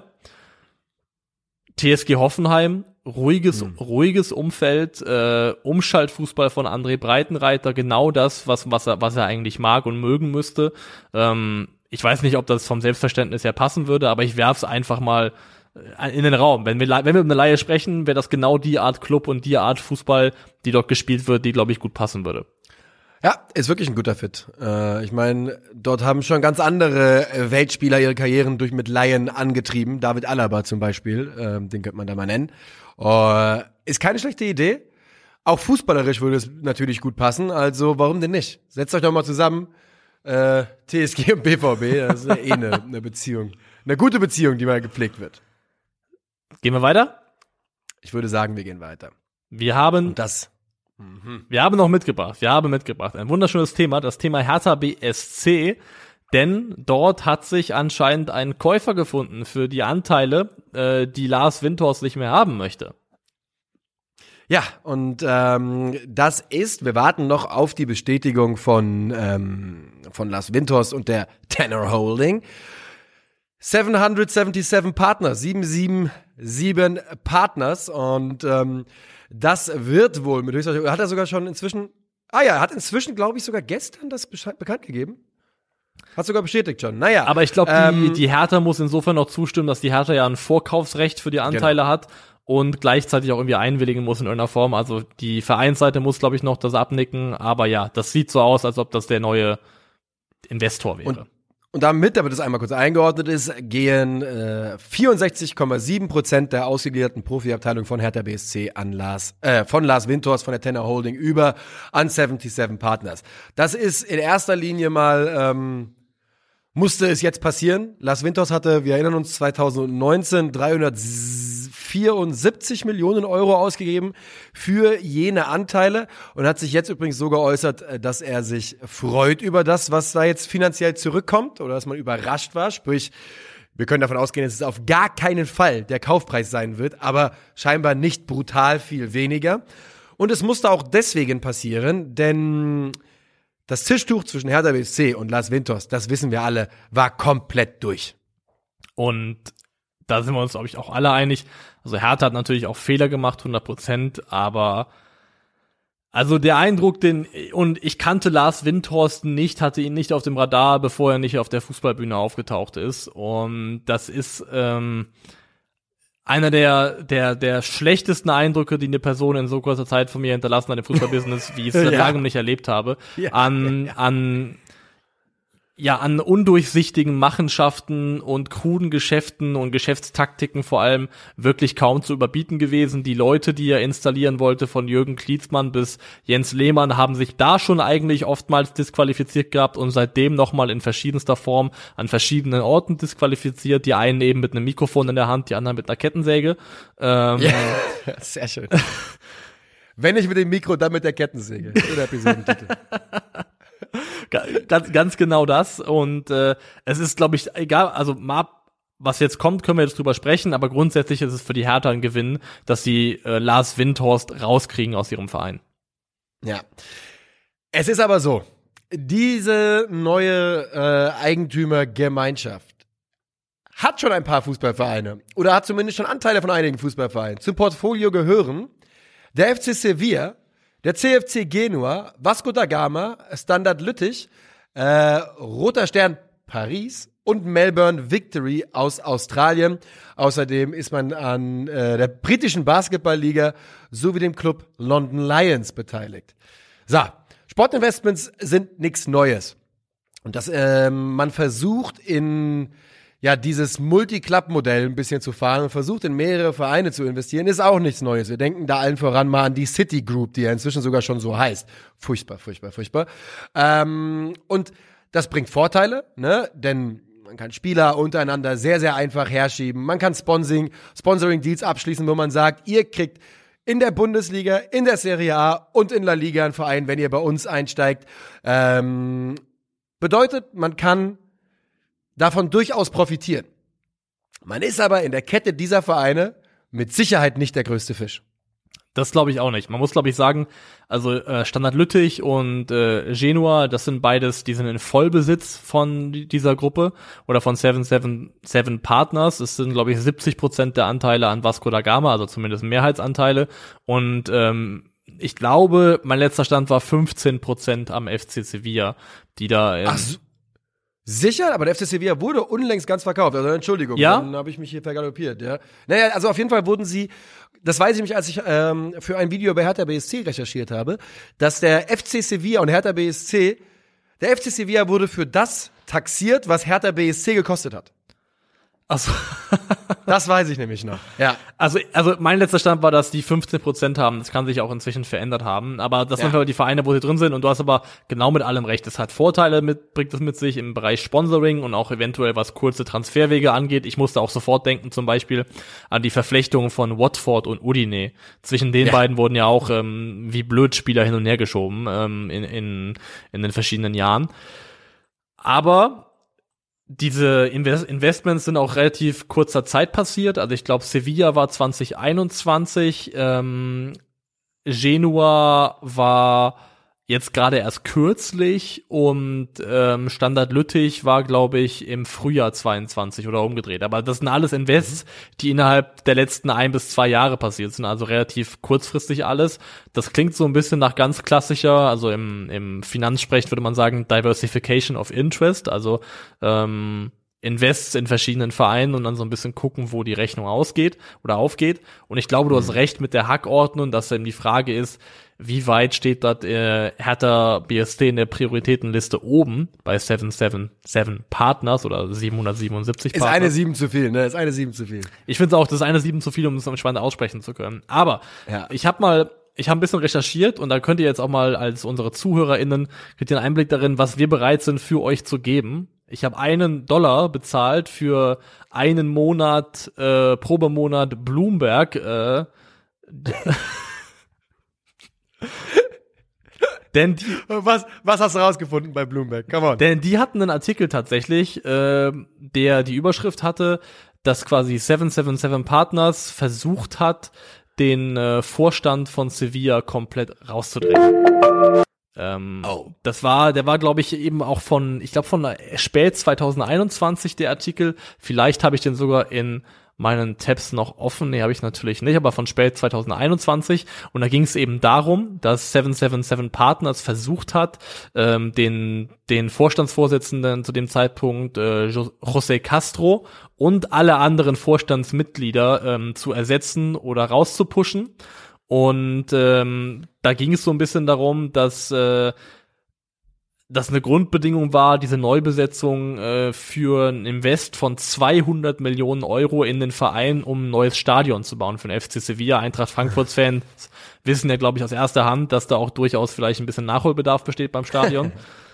T S G Hoffenheim, ruhiges, hm. ruhiges Umfeld, äh, Umschaltfußball von André Breitenreiter, genau das, was, was er, was er eigentlich mag und mögen müsste. Ähm, ich weiß nicht, ob das vom Selbstverständnis her passen würde, aber ich werf's einfach mal in den Raum. Wenn wir, wenn wir über eine Laie sprechen, wäre das genau die Art Club und die Art Fußball, die dort gespielt wird, die, glaube ich, gut passen würde. Ja, ist wirklich ein guter Fit. Äh, ich meine, dort haben schon ganz andere äh, Weltspieler ihre Karrieren durch mit Laien angetrieben. David Alaba zum Beispiel, äh, den könnte man da mal nennen. Uh, ist keine schlechte Idee. Auch fußballerisch würde es natürlich gut passen. Also warum denn nicht? Setzt euch doch mal zusammen. Äh, T S G und B V B, das ist ja eh eine, eine Beziehung. Eine gute Beziehung, die mal gepflegt wird. Gehen wir weiter? Ich würde sagen, wir gehen weiter. Wir haben Und das. Mhm. Wir haben noch mitgebracht, wir haben mitgebracht ein wunderschönes Thema, das Thema Hertha B S C, denn dort hat sich anscheinend ein Käufer gefunden für die Anteile, äh, die Lars Windhorst nicht mehr haben möchte. Ja, und ähm, das ist, wir warten noch auf die Bestätigung von, ähm, von Lars Windhorst und der Tenor Holding. siebenhundertsiebenundsiebzig Partners, siebenhundertsiebenundsiebzig Partners und ähm, das wird wohl mit höchster, hat er sogar schon inzwischen, ah ja, hat inzwischen, glaube ich, sogar gestern das Bescheid, bekannt gegeben. Hat sogar bestätigt schon. Naja. Aber ich glaube, die, ähm, die Hertha muss insofern noch zustimmen, dass die Hertha ja ein Vorkaufsrecht für die Anteile genau. hat. und gleichzeitig auch irgendwie einwilligen muss in irgendeiner Form. Also die Vereinsseite muss, glaube ich, noch das abnicken, aber ja, das sieht so aus, als ob das der neue Investor wäre. Und, und damit, damit das einmal kurz eingeordnet ist, gehen äh, vierundsechzig Komma sieben Prozent der ausgegliederten Profiabteilung von Hertha B S C an Lars, äh, von Lars Windhorst von der Tenor Holding über an siebenundsiebzig Partners. Das ist in erster Linie mal ähm, musste es jetzt passieren. Lars Windhorst hatte, wir erinnern uns, zwanzig neunzehn dreihundertvierundsiebzig Millionen Euro ausgegeben für jene Anteile und hat sich jetzt übrigens so geäußert, dass er sich freut über das, was da jetzt finanziell zurückkommt oder dass man überrascht war. Sprich, wir können davon ausgehen, dass es auf gar keinen Fall der Kaufpreis sein wird, aber scheinbar nicht brutal viel weniger. Und es musste auch deswegen passieren, denn das Tischtuch zwischen Hertha B S C und Lars Windhorst, das wissen wir alle, war komplett durch. Und da sind wir uns, glaube ich, auch alle einig. Also Hertha hat natürlich auch Fehler gemacht, hundert Prozent, aber also der Eindruck, den, und ich kannte Lars Windhorst nicht, hatte ihn nicht auf dem Radar, bevor er nicht auf der Fußballbühne aufgetaucht ist. Und das ist ähm, einer der der der schlechtesten Eindrücke, die eine Person in so kurzer Zeit von mir hinterlassen hat im Fußballbusiness, wie ich es seit ja. langem nicht erlebt habe. Ja. An an ja an undurchsichtigen Machenschaften und kruden Geschäften und Geschäftstaktiken vor allem wirklich kaum zu überbieten gewesen. Die Leute, die er installieren wollte, von Jürgen Klinsmann bis Jens Lehmann, haben sich da schon eigentlich oftmals disqualifiziert gehabt und seitdem nochmal in verschiedenster Form an verschiedenen Orten disqualifiziert. Die einen eben mit einem Mikrofon in der Hand, die anderen mit einer Kettensäge. Ähm, ja, sehr schön. Wenn nicht mit dem Mikro, dann mit der Kettensäge. Oder Episodentitel. Ganz, ganz genau das. Und äh, es ist, glaube ich, egal, also mal, was jetzt kommt, können wir jetzt drüber sprechen, aber grundsätzlich ist es für die Hertha ein Gewinn, dass sie äh, Lars Windhorst rauskriegen aus ihrem Verein. Ja. Es ist aber so, diese neue äh, Eigentümergemeinschaft hat schon ein paar Fußballvereine oder hat zumindest schon Anteile von einigen Fußballvereinen. Zum Portfolio gehören der F C Sevilla, der C F C Genua, Vasco da Gama, Standard Lüttich, äh, Roter Stern Paris und Melbourne Victory aus Australien. Außerdem ist man an äh, der britischen Basketballliga sowie dem Club London Lions beteiligt. So, Sportinvestments sind nichts Neues. Und dass ähm, man versucht in ja dieses Multi-Club-Modell ein bisschen zu fahren und versucht in mehrere Vereine zu investieren, ist auch nichts Neues. Wir denken da allen voran mal an die City Group, die ja inzwischen sogar schon so heißt. Furchtbar, furchtbar, furchtbar. Ähm, und das bringt Vorteile, ne? Denn man kann Spieler untereinander sehr, sehr einfach herschieben. Man kann Sponsoring, Sponsoring-Deals abschließen, wo man sagt, ihr kriegt in der Bundesliga, in der Serie A und in La Liga einen Verein, wenn ihr bei uns einsteigt. Ähm, bedeutet, man kann davon durchaus profitieren. Man ist aber in der Kette dieser Vereine mit Sicherheit nicht der größte Fisch. Das glaube ich auch nicht. Man muss, glaube ich, sagen, also äh, Standard Lüttich und äh, Genua, das sind beides, die sind in Vollbesitz von dieser Gruppe oder von siebenundsiebzig Partners. Es sind, glaube ich, siebzig Prozent der Anteile an Vasco da Gama, also zumindest Mehrheitsanteile. Und ähm, ich glaube, mein letzter Stand war fünfzehn Prozent am F C Sevilla, die da ähm, Ach so. Sicher, aber der F C Sevilla wurde unlängst ganz verkauft. Also Entschuldigung, ja? Dann habe ich mich hier vergaloppiert. Ja. Naja, also auf jeden Fall wurden sie, das weiß ich mich, als ich ähm, für ein Video bei Hertha B S C recherchiert habe, dass der F C Sevilla und Hertha B S C, der F C Sevilla wurde für das taxiert, was Hertha B S C gekostet hat. Ach so. Das weiß ich nämlich noch. Ja. Also, also mein letzter Stand war, dass die fünfzehn Prozent haben. Das kann sich auch inzwischen verändert haben. Aber das Ja. sind halt die Vereine, wo sie drin sind. Und du hast aber genau mit allem recht. Es hat Vorteile mit, bringt es mit sich im Bereich Sponsoring und auch eventuell was kurze Transferwege angeht. Ich musste auch sofort denken, zum Beispiel an die Verflechtung von Watford und Udine. Zwischen den Ja. beiden wurden ja auch ähm, wie blöd Spieler hin und her geschoben ähm, in, in, in den verschiedenen Jahren. Aber diese Invest- Investments sind auch relativ kurzer Zeit passiert. Also ich glaube, Sevilla war zwanzig einundzwanzig, ähm, Genua war jetzt gerade erst kürzlich und ähm, Standard Lüttich war, glaube ich, im Frühjahr zweiundzwanzig oder umgedreht. Aber das sind alles Invests, die innerhalb der letzten ein bis zwei Jahre passiert sind, also relativ kurzfristig alles. Das klingt so ein bisschen nach ganz klassischer, also im, im Finanzsprech würde man sagen Diversification of Interest, also ähm, Invests in verschiedenen Vereinen und dann so ein bisschen gucken, wo die Rechnung ausgeht oder aufgeht. Und ich glaube, du hast recht mit der Hackordnung, dass eben die Frage ist, wie weit steht dort äh, Hertha B S C in der Prioritätenliste oben bei sieben sieben sieben Partners oder siebenhundertsiebenundsiebzig Ist Partners. eine sieben zu viel, ne? Ist eine sieben zu viel. Ich finde auch, das ist eine sieben zu viel, um es spannend aussprechen zu können. Aber Ja. ich habe mal, ich habe ein bisschen recherchiert und da könnt ihr jetzt auch mal als unsere ZuhörerInnen, kriegt ihr einen Einblick darin, was wir bereit sind für euch zu geben. Ich habe einen Dollar bezahlt für einen Monat, äh, Probemonat Bloomberg, äh, denn die, Was, was hast du rausgefunden bei Bloomberg? Come on. denn die hatten einen Artikel tatsächlich, äh, der die Überschrift hatte, dass quasi sieben sieben sieben Partners versucht hat, den äh, Vorstand von Sevilla komplett rauszudrängen. Ähm, Oh. Das war, der war, glaube ich, eben auch von, ich glaube von spät zwanzig einundzwanzig der Artikel. Vielleicht habe ich den sogar in meinen Tabs noch offen. Nee, habe ich natürlich nicht, aber von spät zwanzig einundzwanzig. Und da ging es eben darum, dass sieben sieben sieben Partners versucht hat, ähm, den den Vorstandsvorsitzenden zu dem Zeitpunkt äh, Jo- José Castro und alle anderen Vorstandsmitglieder ähm, zu ersetzen oder rauszupushen. Und ähm, da ging es so ein bisschen darum, dass äh, das eine Grundbedingung war, diese Neubesetzung äh, für ein Invest von zweihundert Millionen Euro in den Verein, um ein neues Stadion zu bauen für den F C Sevilla. Eintracht Frankfurt-Fans wissen ja, glaube ich, aus erster Hand, dass da auch durchaus vielleicht ein bisschen Nachholbedarf besteht beim Stadion.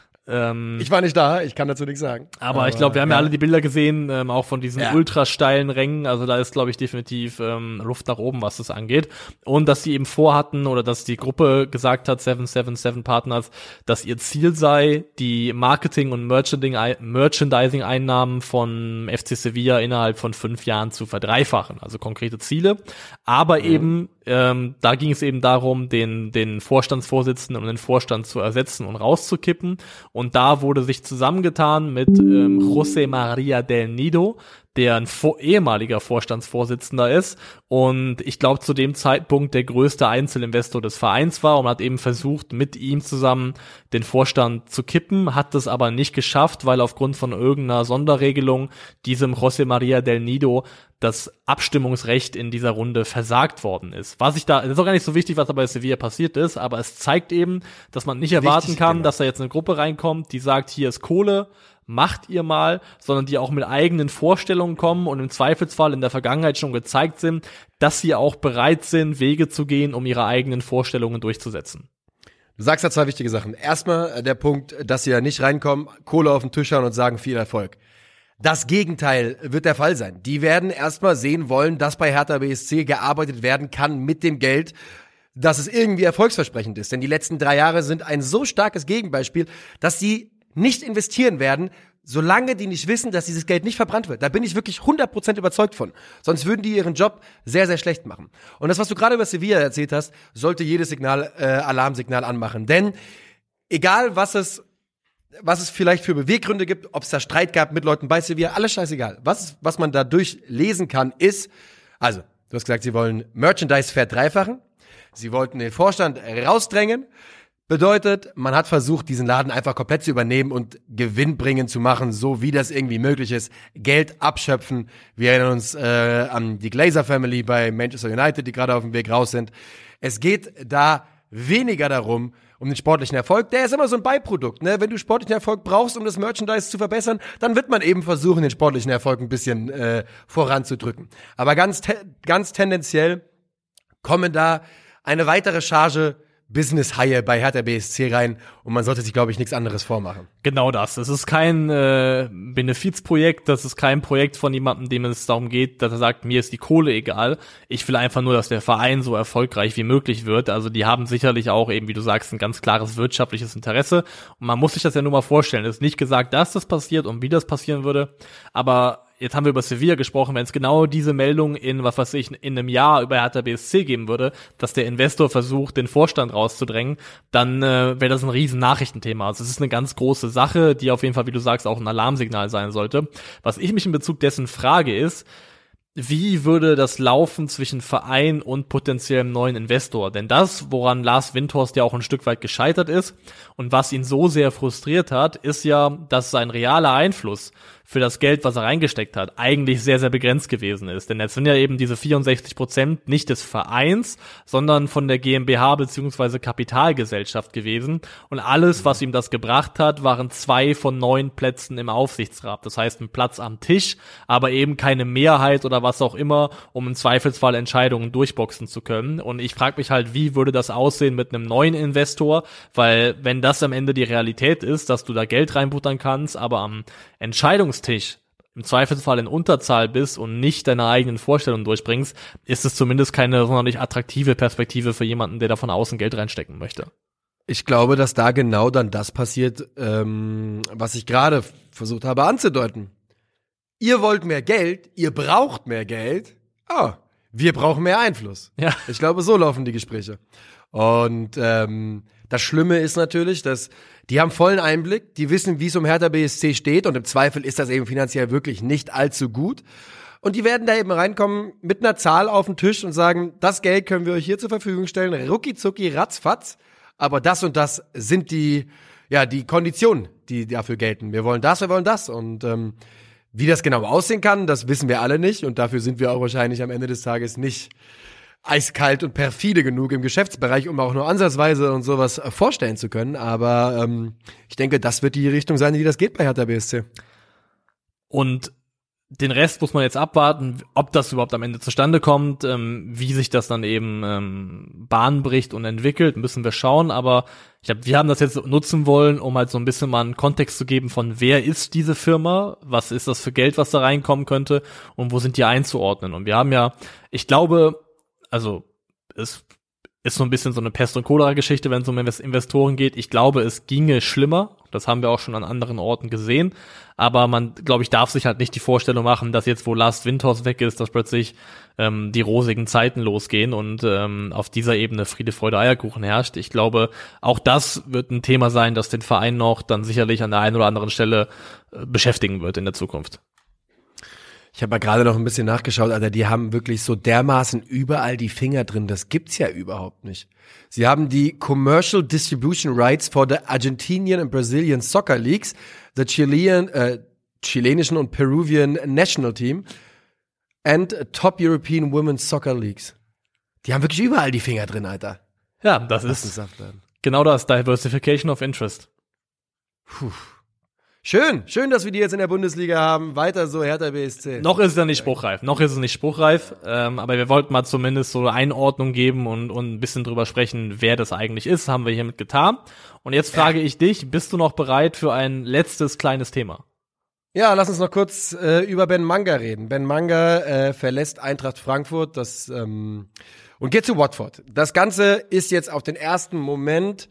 ähm, Ich war nicht da, ich kann dazu nichts sagen. aber, ich glaube, wir haben ja. ja. alle die Bilder gesehen, ähm, auch von diesen Ja. ultra steilen Rängen. Also da ist, glaube ich, definitiv ähm, Luft nach oben, was das angeht. Und dass sie eben vorhatten oder dass die Gruppe gesagt hat, sieben sieben sieben Partners, dass ihr Ziel sei, die Marketing- und Merchandising- Merchandising-Einnahmen von F C Sevilla innerhalb von fünf Jahren zu verdreifachen. Also konkrete Ziele. Aber mhm. eben ähm, da ging es eben darum, den den Vorstandsvorsitzenden und den Vorstand zu ersetzen und rauszukippen. Und da wurde sich zusammengetan mit ähm, José María del Nido, der ein vor- ehemaliger Vorstandsvorsitzender ist und ich glaube zu dem Zeitpunkt der größte Einzelinvestor des Vereins war und hat eben versucht, mit ihm zusammen den Vorstand zu kippen, hat das aber nicht geschafft, weil aufgrund von irgendeiner Sonderregelung diesem José María del Nido das Abstimmungsrecht in dieser Runde versagt worden ist. Was ich da, das ist auch gar nicht so wichtig, was da bei Sevilla passiert ist, aber es zeigt eben, dass man nicht erwarten Wichtig, kann, genau. dass da jetzt eine Gruppe reinkommt, die sagt, hier ist Kohle, macht ihr mal, sondern die auch mit eigenen Vorstellungen kommen und im Zweifelsfall in der Vergangenheit schon gezeigt sind, dass sie auch bereit sind, Wege zu gehen, um ihre eigenen Vorstellungen durchzusetzen. Du sagst ja zwei wichtige Sachen. Erstmal äh, der Punkt, dass sie ja nicht reinkommen, Kohle auf den Tisch hauen und sagen, viel Erfolg. Das Gegenteil wird der Fall sein. Die werden erstmal sehen wollen, dass bei Hertha B S C gearbeitet werden kann mit dem Geld, dass es irgendwie erfolgsversprechend ist. Denn die letzten drei Jahre sind ein so starkes Gegenbeispiel, dass sie nicht investieren werden, solange die nicht wissen, dass dieses Geld nicht verbrannt wird. Da bin ich wirklich hundert Prozent überzeugt von. Sonst würden die ihren Job sehr, sehr schlecht machen. Und das, was du gerade über Sevilla erzählt hast, sollte jedes Signal, äh, Alarmsignal anmachen. Denn egal, was es was es vielleicht für Beweggründe gibt, ob es da Streit gab mit Leuten bei Sevilla, alles scheißegal. Was, was man da durchlesen kann, ist, also, du hast gesagt, sie wollen Merchandise verdreifachen, sie wollten den Vorstand rausdrängen, bedeutet, man hat versucht, diesen Laden einfach komplett zu übernehmen und gewinnbringend zu machen, so wie das irgendwie möglich ist, Geld abschöpfen. Wir erinnern uns äh, an die Glazer Family bei Manchester United, die gerade auf dem Weg raus sind. Es geht da weniger darum, um den sportlichen Erfolg. Der ist immer so ein Beiprodukt, ne? Wenn du sportlichen Erfolg brauchst, um das Merchandise zu verbessern, dann wird man eben versuchen, den sportlichen Erfolg ein bisschen äh, voranzudrücken. Aber ganz, te- ganz tendenziell kommen da eine weitere Charge Business-Haie bei Hertha B S C rein und man sollte sich, glaube ich, nichts anderes vormachen. Genau das. Es ist kein äh, Benefizprojekt, das ist kein Projekt von jemandem, dem es darum geht, dass er sagt, mir ist die Kohle egal. Ich will einfach nur, dass der Verein so erfolgreich wie möglich wird. Also die haben sicherlich auch eben, wie du sagst, ein ganz klares wirtschaftliches Interesse. Und man muss sich das ja nur mal vorstellen. Es ist nicht gesagt, dass das passiert und wie das passieren würde, aber jetzt haben wir über Sevilla gesprochen, wenn es genau diese Meldung in, was weiß ich, in einem Jahr über Hertha B S C geben würde, dass der Investor versucht, den Vorstand rauszudrängen, dann äh, wäre das ein riesen Nachrichtenthema. Also es ist eine ganz große Sache, die auf jeden Fall, wie du sagst, auch ein Alarmsignal sein sollte. Was ich mich in Bezug dessen frage ist, wie würde das laufen zwischen Verein und potenziellem neuen Investor? Denn das, woran Lars Windhorst ja auch ein Stück weit gescheitert ist und was ihn so sehr frustriert hat, ist ja, dass sein realer Einfluss für das Geld, was er reingesteckt hat, eigentlich sehr, sehr begrenzt gewesen ist. Denn jetzt sind ja eben diese vierundsechzig Prozent nicht des Vereins, sondern von der GmbH bzw. Kapitalgesellschaft gewesen. Und alles, was ihm das gebracht hat, waren zwei von neun Plätzen im Aufsichtsrat. Das heißt, ein Platz am Tisch, aber eben keine Mehrheit oder was auch immer, um im Zweifelsfall Entscheidungen durchboxen zu können. Und ich frage mich halt, wie würde das aussehen mit einem neuen Investor? Weil wenn das am Ende die Realität ist, dass du da Geld reinbuttern kannst, aber am Entscheidungstisch im Zweifelsfall in Unterzahl bist und nicht deine eigenen Vorstellungen durchbringst, ist es zumindest keine sonderlich attraktive Perspektive für jemanden, der da von außen Geld reinstecken möchte. Ich glaube, dass da genau dann das passiert, ähm, was ich gerade versucht habe anzudeuten. Ihr wollt mehr Geld, ihr braucht mehr Geld, ah, wir brauchen mehr Einfluss. Ja. Ich glaube, so laufen die Gespräche. Und ähm, das Schlimme ist natürlich, dass die haben vollen Einblick, die wissen, wie es um Hertha B S C steht und im Zweifel ist das eben finanziell wirklich nicht allzu gut. Und die werden da eben reinkommen mit einer Zahl auf den Tisch und sagen, das Geld können wir euch hier zur Verfügung stellen, rucki zucki, ratzfatz, aber das und das sind die, ja, die Konditionen, die dafür gelten. Wir wollen das, wir wollen das und ähm, wie das genau aussehen kann, das wissen wir alle nicht und dafür sind wir auch wahrscheinlich am Ende des Tages nicht eiskalt und perfide genug im Geschäftsbereich, um auch nur ansatzweise und sowas vorstellen zu können. Aber ähm, ich denke, das wird die Richtung sein, wie das geht bei Hertha B S C. Und den Rest muss man jetzt abwarten, ob das überhaupt am Ende zustande kommt, ähm, wie sich das dann eben ähm, Bahn bricht und entwickelt, müssen wir schauen. Aber ich glaube, wir haben das jetzt nutzen wollen, um halt so ein bisschen mal einen Kontext zu geben von wer ist diese Firma, was ist das für Geld, was da reinkommen könnte und wo sind die einzuordnen. Und wir haben ja, ich glaube, also es ist so ein bisschen so eine Pest- und Cholera-Geschichte, wenn es um Investoren geht. Ich glaube, es ginge schlimmer. Das haben wir auch schon an anderen Orten gesehen. Aber man, glaube ich, darf sich halt nicht die Vorstellung machen, dass jetzt, wo Lars Windhorst weg ist, dass plötzlich ähm, die rosigen Zeiten losgehen und ähm, auf dieser Ebene Friede, Freude, Eierkuchen herrscht. Ich glaube, auch das wird ein Thema sein, das den Verein noch dann sicherlich an der einen oder anderen Stelle äh, beschäftigen wird in der Zukunft. Ich habe mal gerade noch ein bisschen nachgeschaut, Alter, die haben wirklich so dermaßen überall die Finger drin, das gibt's ja überhaupt nicht. Sie haben die Commercial Distribution Rights for the Argentinian and Brazilian Soccer Leagues, the Chilean, äh, chilenischen und Peruvian National Team and Top European Women's Soccer Leagues. Die haben wirklich überall die Finger drin, Alter. Ja, das Lass ist uns abladen. genau das, Diversification of Interest. Puh. Schön, schön, dass wir die jetzt in der Bundesliga haben. Weiter so, Hertha B S C. Noch ist es ja nicht spruchreif, noch ist es nicht spruchreif, ähm, aber wir wollten mal zumindest so eine Einordnung geben und, und ein bisschen drüber sprechen, wer das eigentlich ist, haben wir hiermit getan. Und jetzt frage ich dich, bist du noch bereit für ein letztes kleines Thema? Ja, lass uns noch kurz äh, über Ben Manga reden. Ben Manga äh, verlässt Eintracht Frankfurt das, ähm, und geht zu Watford. Das Ganze ist jetzt auf den ersten Moment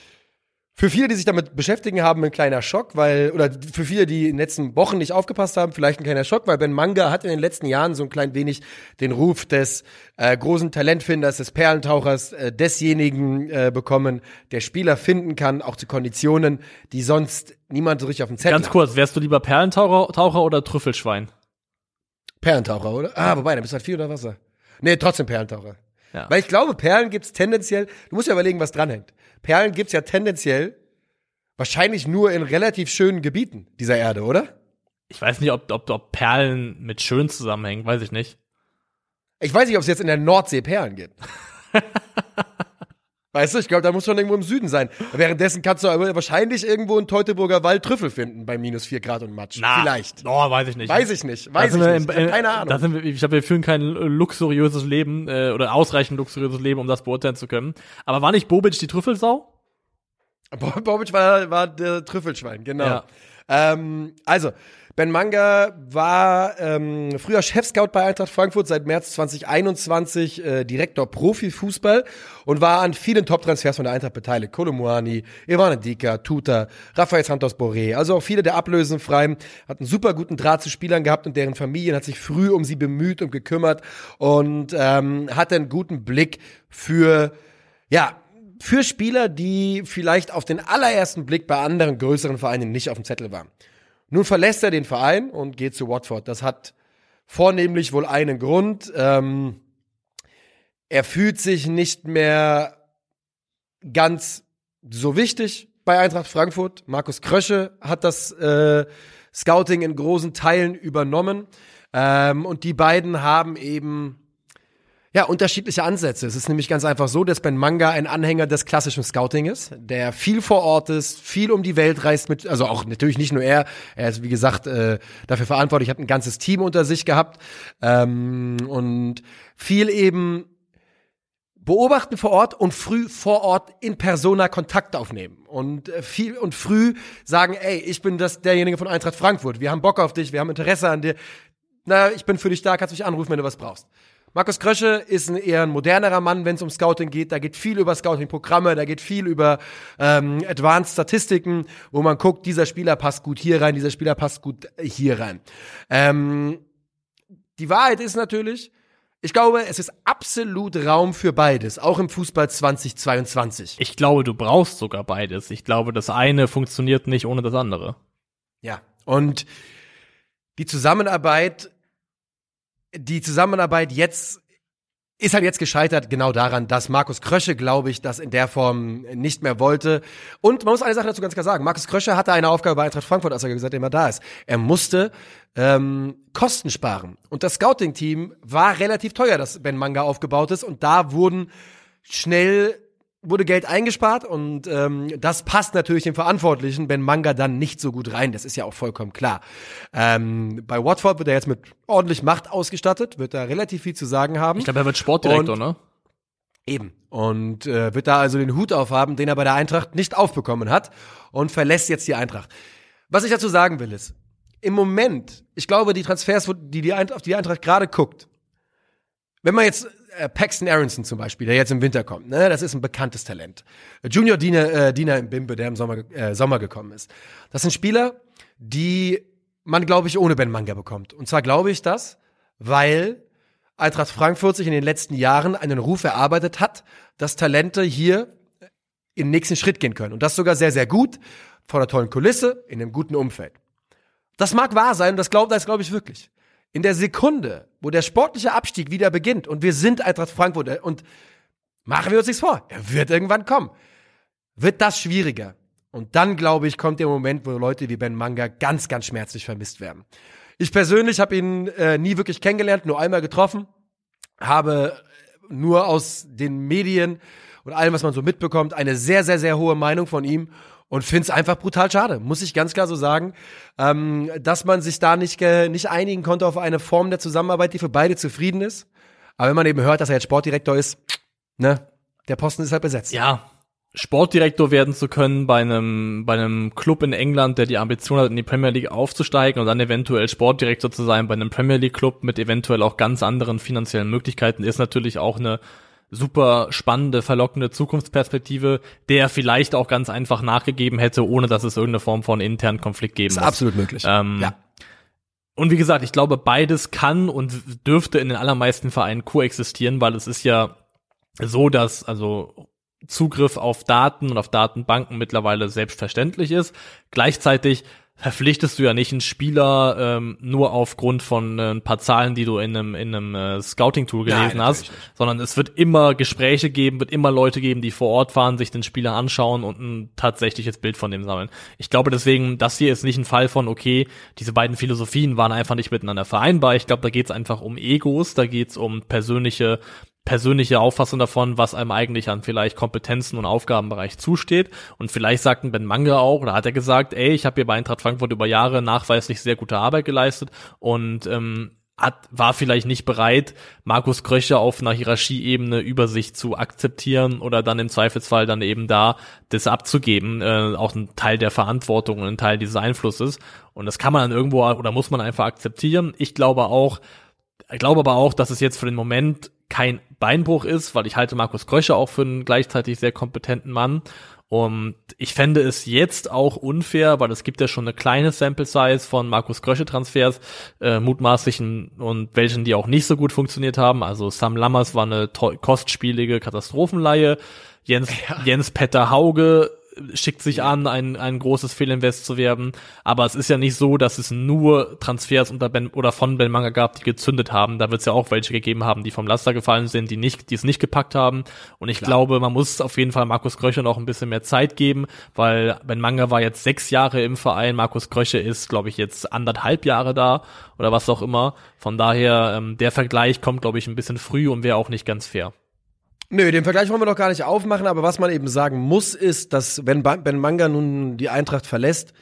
für viele, die sich damit beschäftigen, haben ein kleiner Schock, weil, oder für viele, die in den letzten Wochen nicht aufgepasst haben, vielleicht ein kleiner Schock, weil Ben Manga hat in den letzten Jahren so ein klein wenig den Ruf des äh, großen Talentfinders, des Perlentauchers, äh, desjenigen äh, bekommen, der Spieler finden kann, auch zu Konditionen, die sonst niemand so richtig auf dem Zettel Ganz kurz, wärst du lieber Perlentaucher Taucher oder Trüffelschwein? Perlentaucher, oder? Ah, wobei, dann bist du halt viel unter Wasser. Nee, trotzdem Perlentaucher. Ja. Weil ich glaube, Perlen gibt's tendenziell, du musst ja überlegen, was dranhängt. Perlen gibt's ja tendenziell wahrscheinlich nur in relativ schönen Gebieten dieser Erde, oder? Ich weiß nicht, ob, ob, ob Perlen mit schön zusammenhängen, weiß ich nicht. Ich weiß nicht, ob es jetzt in der Nordsee Perlen gibt. Weißt du, ich glaube, da muss schon irgendwo im Süden sein. Währenddessen kannst du aber wahrscheinlich irgendwo in Teutoburger Wald Trüffel finden bei minus vier Grad und Matsch. Na, Vielleicht. Oh, weiß ich nicht. Weiß ich nicht. Weiß Da ich sind nicht. wir Ich im- hab keine Ahnung. Da sind wir, ich glaube, wir führen kein luxuriöses Leben äh, oder ausreichend luxuriöses Leben, um das beurteilen zu können. Aber war nicht Bobic die Trüffelsau? Bo- Bobic war, war der Trüffelschwein, genau. Ja. Ähm, also, Ben Manga war ähm, früher Chefscout bei Eintracht Frankfurt, seit März zwanzig einundzwanzig äh, Direktor Profifußball und war an vielen Top-Transfers von der Eintracht beteiligt. Kolo Muani, Ivane Dika, Tuta, Rafael Santos Borré, also auch viele der Ablösenfreien, hat einen super guten Draht zu Spielern gehabt und deren Familien, hat sich früh um sie bemüht und gekümmert und ähm, hatte einen guten Blick für, ja, für Spieler, die vielleicht auf den allerersten Blick bei anderen größeren Vereinen nicht auf dem Zettel waren. Nun verlässt er den Verein und geht zu Watford. Das hat vornehmlich wohl einen Grund. Ähm, er fühlt sich nicht mehr ganz so wichtig bei Eintracht Frankfurt. Markus Krösche hat das äh, Scouting in großen Teilen übernommen. Ähm, und die beiden haben eben ja unterschiedliche Ansätze. Es ist nämlich ganz einfach so, dass Ben Manga ein Anhänger des klassischen Scouting ist, der viel vor Ort ist, viel um die Welt reist mit, also auch natürlich nicht nur er, er ist wie gesagt äh, dafür verantwortlich, hat ein ganzes Team unter sich gehabt ähm, und viel eben beobachten vor Ort und früh vor Ort in Persona Kontakt aufnehmen und äh, viel und früh sagen, ey, ich bin das derjenige von Eintracht Frankfurt, wir haben Bock auf dich, wir haben Interesse an dir, na, ich bin für dich da, kannst mich anrufen, wenn du was brauchst. Markus Krösche ist ein eher ein modernerer Mann, wenn es um Scouting geht. Da geht viel über Scouting-Programme, da geht viel über ähm, Advanced Statistiken, wo man guckt, dieser Spieler passt gut hier rein, dieser Spieler passt gut hier rein. Ähm, die Wahrheit ist natürlich, ich glaube, es ist absolut Raum für beides, auch im Fußball zwanzig zweiundzwanzig. Ich glaube, du brauchst sogar beides. Ich glaube, das eine funktioniert nicht ohne das andere. Ja, und die Zusammenarbeit Die Zusammenarbeit jetzt ist halt jetzt gescheitert genau daran, dass Markus Krösche, glaube ich, das in der Form nicht mehr wollte. Und man muss eine Sache dazu ganz klar sagen. Markus Krösche hatte eine Aufgabe bei Eintracht Frankfurt, als er gesagt hat, immer da ist. Er musste ähm, Kosten sparen. Und das Scouting-Team war relativ teuer, das Ben Manga aufgebaut ist. Und da wurden schnell wurde Geld eingespart und ähm, das passt natürlich dem Verantwortlichen Ben Manga dann nicht so gut rein. Das ist ja auch vollkommen klar. Ähm, bei Watford wird er jetzt mit ordentlich Macht ausgestattet, wird da relativ viel zu sagen haben. Ich glaube, er wird Sportdirektor, und, ne? Eben. Und äh, wird da also den Hut aufhaben, den er bei der Eintracht nicht aufbekommen hat und verlässt jetzt die Eintracht. Was ich dazu sagen will ist, im Moment, ich glaube, die Transfers, die die Eintracht, auf die, die Eintracht gerade guckt, wenn man jetzt äh, Paxton Aronson zum Beispiel, der jetzt im Winter kommt, ne, das ist ein bekanntes Talent. Junior Diener, äh, Diener im Bimbe, der im Sommer, äh, Sommer gekommen ist. Das sind Spieler, die man, glaube ich, ohne Ben Manga bekommt. Und zwar glaube ich das, weil Eintracht Frankfurt sich in den letzten Jahren einen Ruf erarbeitet hat, dass Talente hier in den nächsten Schritt gehen können. Und das sogar sehr, sehr gut, vor einer tollen Kulisse, in einem guten Umfeld. Das mag wahr sein, das glaube das glaub ich wirklich. In der Sekunde, wo der sportliche Abstieg wieder beginnt und wir sind Eintracht Frankfurt und machen wir uns nichts vor, er wird irgendwann kommen, wird das schwieriger. Und dann, glaube ich, kommt der Moment, wo Leute wie Ben Manga ganz, ganz schmerzlich vermisst werden. Ich persönlich habe ihn äh, nie wirklich kennengelernt, nur einmal getroffen, habe nur aus den Medien und allem, was man so mitbekommt, eine sehr, sehr, sehr hohe Meinung von ihm. Und finde es einfach brutal schade, muss ich ganz klar so sagen, ähm, dass man sich da nicht, äh, nicht einigen konnte auf eine Form der Zusammenarbeit, die für beide zufrieden ist. Aber wenn man eben hört, dass er jetzt Sportdirektor ist, ne, der Posten ist halt besetzt. Ja, Sportdirektor werden zu können bei einem bei einem Club in England, der die Ambition hat, in die Premier League aufzusteigen und dann eventuell Sportdirektor zu sein bei einem Premier League Club mit eventuell auch ganz anderen finanziellen Möglichkeiten, ist natürlich auch eine super spannende, verlockende Zukunftsperspektive, der vielleicht auch ganz einfach nachgegeben hätte, ohne dass es irgendeine Form von internen Konflikt geben muss. Ist absolut möglich. Ähm, ja. Und wie gesagt, ich glaube, beides kann und dürfte in den allermeisten Vereinen koexistieren, weil es ist ja so, dass also Zugriff auf Daten und auf Datenbanken mittlerweile selbstverständlich ist. Gleichzeitig verpflichtest du ja nicht einen Spieler ähm, nur aufgrund von äh, ein paar Zahlen, die du in einem in einem äh, Scouting-Tool gelesen Nein, hast, nicht. sondern es wird immer Gespräche geben, wird immer Leute geben, die vor Ort fahren, sich den Spieler anschauen und ein tatsächliches Bild von dem sammeln. Ich glaube deswegen, das hier ist nicht ein Fall von, okay, diese beiden Philosophien waren einfach nicht miteinander vereinbar. Ich glaube, da geht es einfach um Egos, da geht es um persönliche persönliche Auffassung davon, was einem eigentlich an vielleicht Kompetenzen und Aufgabenbereich zusteht. Und vielleicht sagt ein Ben Manga auch, oder hat er gesagt, ey, ich habe hier bei Eintracht Frankfurt über Jahre nachweislich sehr gute Arbeit geleistet und ähm, hat war vielleicht nicht bereit, Markus Krösche auf einer Hierarchieebene über sich zu akzeptieren oder dann im Zweifelsfall dann eben da das abzugeben, äh, auch ein Teil der Verantwortung und ein Teil dieses Einflusses. Und das kann man dann irgendwo oder muss man einfach akzeptieren. Ich glaube auch, ich glaube aber auch, dass es jetzt für den Moment kein Beinbruch ist, weil ich halte Markus Krösche auch für einen gleichzeitig sehr kompetenten Mann. Und ich fände es jetzt auch unfair, weil es gibt ja schon eine kleine Sample Size von Markus Krösche-Transfers, äh, mutmaßlichen und welchen, die auch nicht so gut funktioniert haben. Also Sam Lammers war eine to- kostspielige Katastrophenleihe. Jens, ja. Jens Petter Hauge schickt sich ja. an, ein ein großes Fehlinvest zu werden. Aber es ist ja nicht so, dass es nur Transfers unter Ben oder von Ben Manga gab, die gezündet haben. Da wird es ja auch welche gegeben haben, die vom Laster gefallen sind, die nicht, die es nicht gepackt haben. Und ich Klar. glaube, man muss auf jeden Fall Markus Krösche noch ein bisschen mehr Zeit geben, weil Ben Manga war jetzt sechs Jahre im Verein. Markus Krösche ist, glaube ich, jetzt anderthalb Jahre da oder was auch immer. Von daher, ähm, der Vergleich kommt, glaube ich, ein bisschen früh und wäre auch nicht ganz fair. Nö, den Vergleich wollen wir doch gar nicht aufmachen, aber was man eben sagen muss, ist, dass wenn Ben Manga nun die Eintracht verlässt,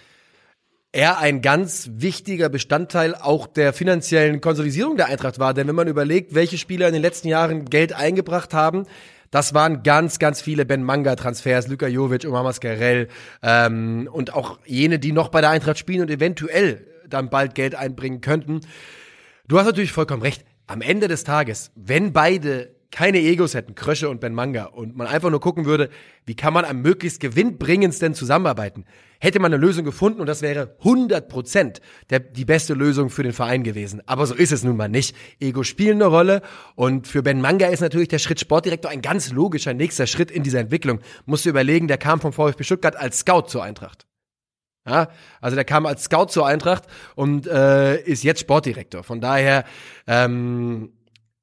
er ein ganz wichtiger Bestandteil auch der finanziellen Konsolidierung der Eintracht war. Denn wenn man überlegt, welche Spieler in den letzten Jahren Geld eingebracht haben, das waren ganz, ganz viele Ben Manga-Transfers, Luka Jovic, Omar Mascarell ähm, und auch jene, die noch bei der Eintracht spielen und eventuell dann bald Geld einbringen könnten. Du hast natürlich vollkommen recht. Am Ende des Tages, wenn beide keine Egos hätten, Krösche und Ben Manga, und man einfach nur gucken würde, wie kann man am möglichst gewinnbringendsten zusammenarbeiten, hätte man eine Lösung gefunden und das wäre hundert Prozent der, die beste Lösung für den Verein gewesen. Aber so ist es nun mal nicht. Egos spielen eine Rolle und für Ben Manga ist natürlich der Schritt Sportdirektor ein ganz logischer nächster Schritt in dieser Entwicklung. Musst du überlegen, der kam vom VfB Stuttgart als Scout zur Eintracht. Ja, also der kam als Scout zur Eintracht und äh, ist jetzt Sportdirektor. Von daher, ähm,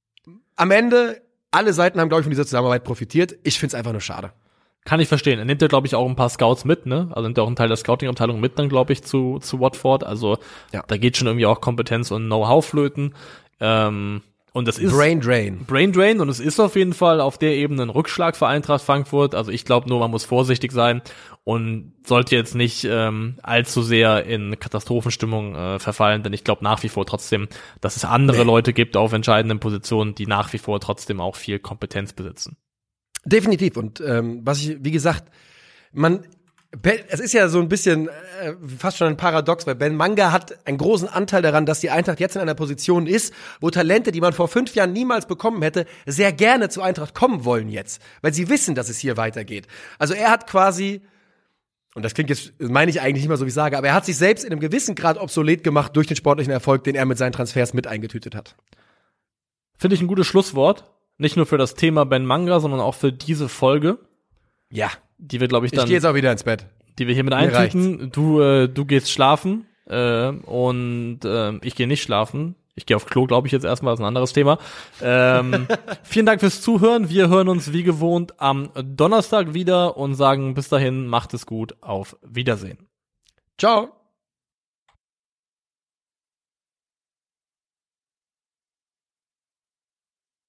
am Ende alle Seiten haben, glaube ich, von dieser Zusammenarbeit profitiert. Ich find's einfach nur schade. Kann ich verstehen. Er nimmt ja, glaube ich, auch ein paar Scouts mit, ne? Also nimmt er auch einen Teil der Scouting-Abteilung mit dann, glaube ich, zu zu Watford. Also ja. Da geht schon irgendwie auch Kompetenz und Know-how flöten. Ähm, und das ist Brain Drain. Brain Drain und es ist auf jeden Fall auf der Ebene ein Rückschlag für Eintracht Frankfurt. Also ich glaube nur, man muss vorsichtig sein und sollte jetzt nicht ähm, allzu sehr in Katastrophenstimmung äh, verfallen, denn ich glaube nach wie vor trotzdem, dass es andere nee. Leute gibt auf entscheidenden Positionen, die nach wie vor trotzdem auch viel Kompetenz besitzen. Definitiv. Und ähm, was ich, wie gesagt, man, es ist ja so ein bisschen äh, fast schon ein Paradox, weil Ben Manga hat einen großen Anteil daran, dass die Eintracht jetzt in einer Position ist, wo Talente, die man vor fünf Jahren niemals bekommen hätte, sehr gerne zur Eintracht kommen wollen jetzt, weil sie wissen, dass es hier weitergeht. Also er hat quasi, und das klingt jetzt, meine ich eigentlich nicht mal so, wie ich sage, aber er hat sich selbst in einem gewissen Grad obsolet gemacht durch den sportlichen Erfolg, den er mit seinen Transfers mit eingetütet hat. Finde ich ein gutes Schlusswort. Nicht nur für das Thema Ben Manga, sondern auch für diese Folge. Ja. Die wir, glaube ich, dann. Ich gehe jetzt auch wieder ins Bett. Die wir hier mit eintüten. Du, äh, du gehst schlafen, äh, und, äh, ich gehe nicht schlafen. Ich gehe auf Klo, glaube ich, jetzt erstmal, das ist ein anderes Thema. Ähm, vielen Dank fürs Zuhören. Wir hören uns wie gewohnt am Donnerstag wieder und sagen bis dahin, macht es gut. Auf Wiedersehen. Ciao.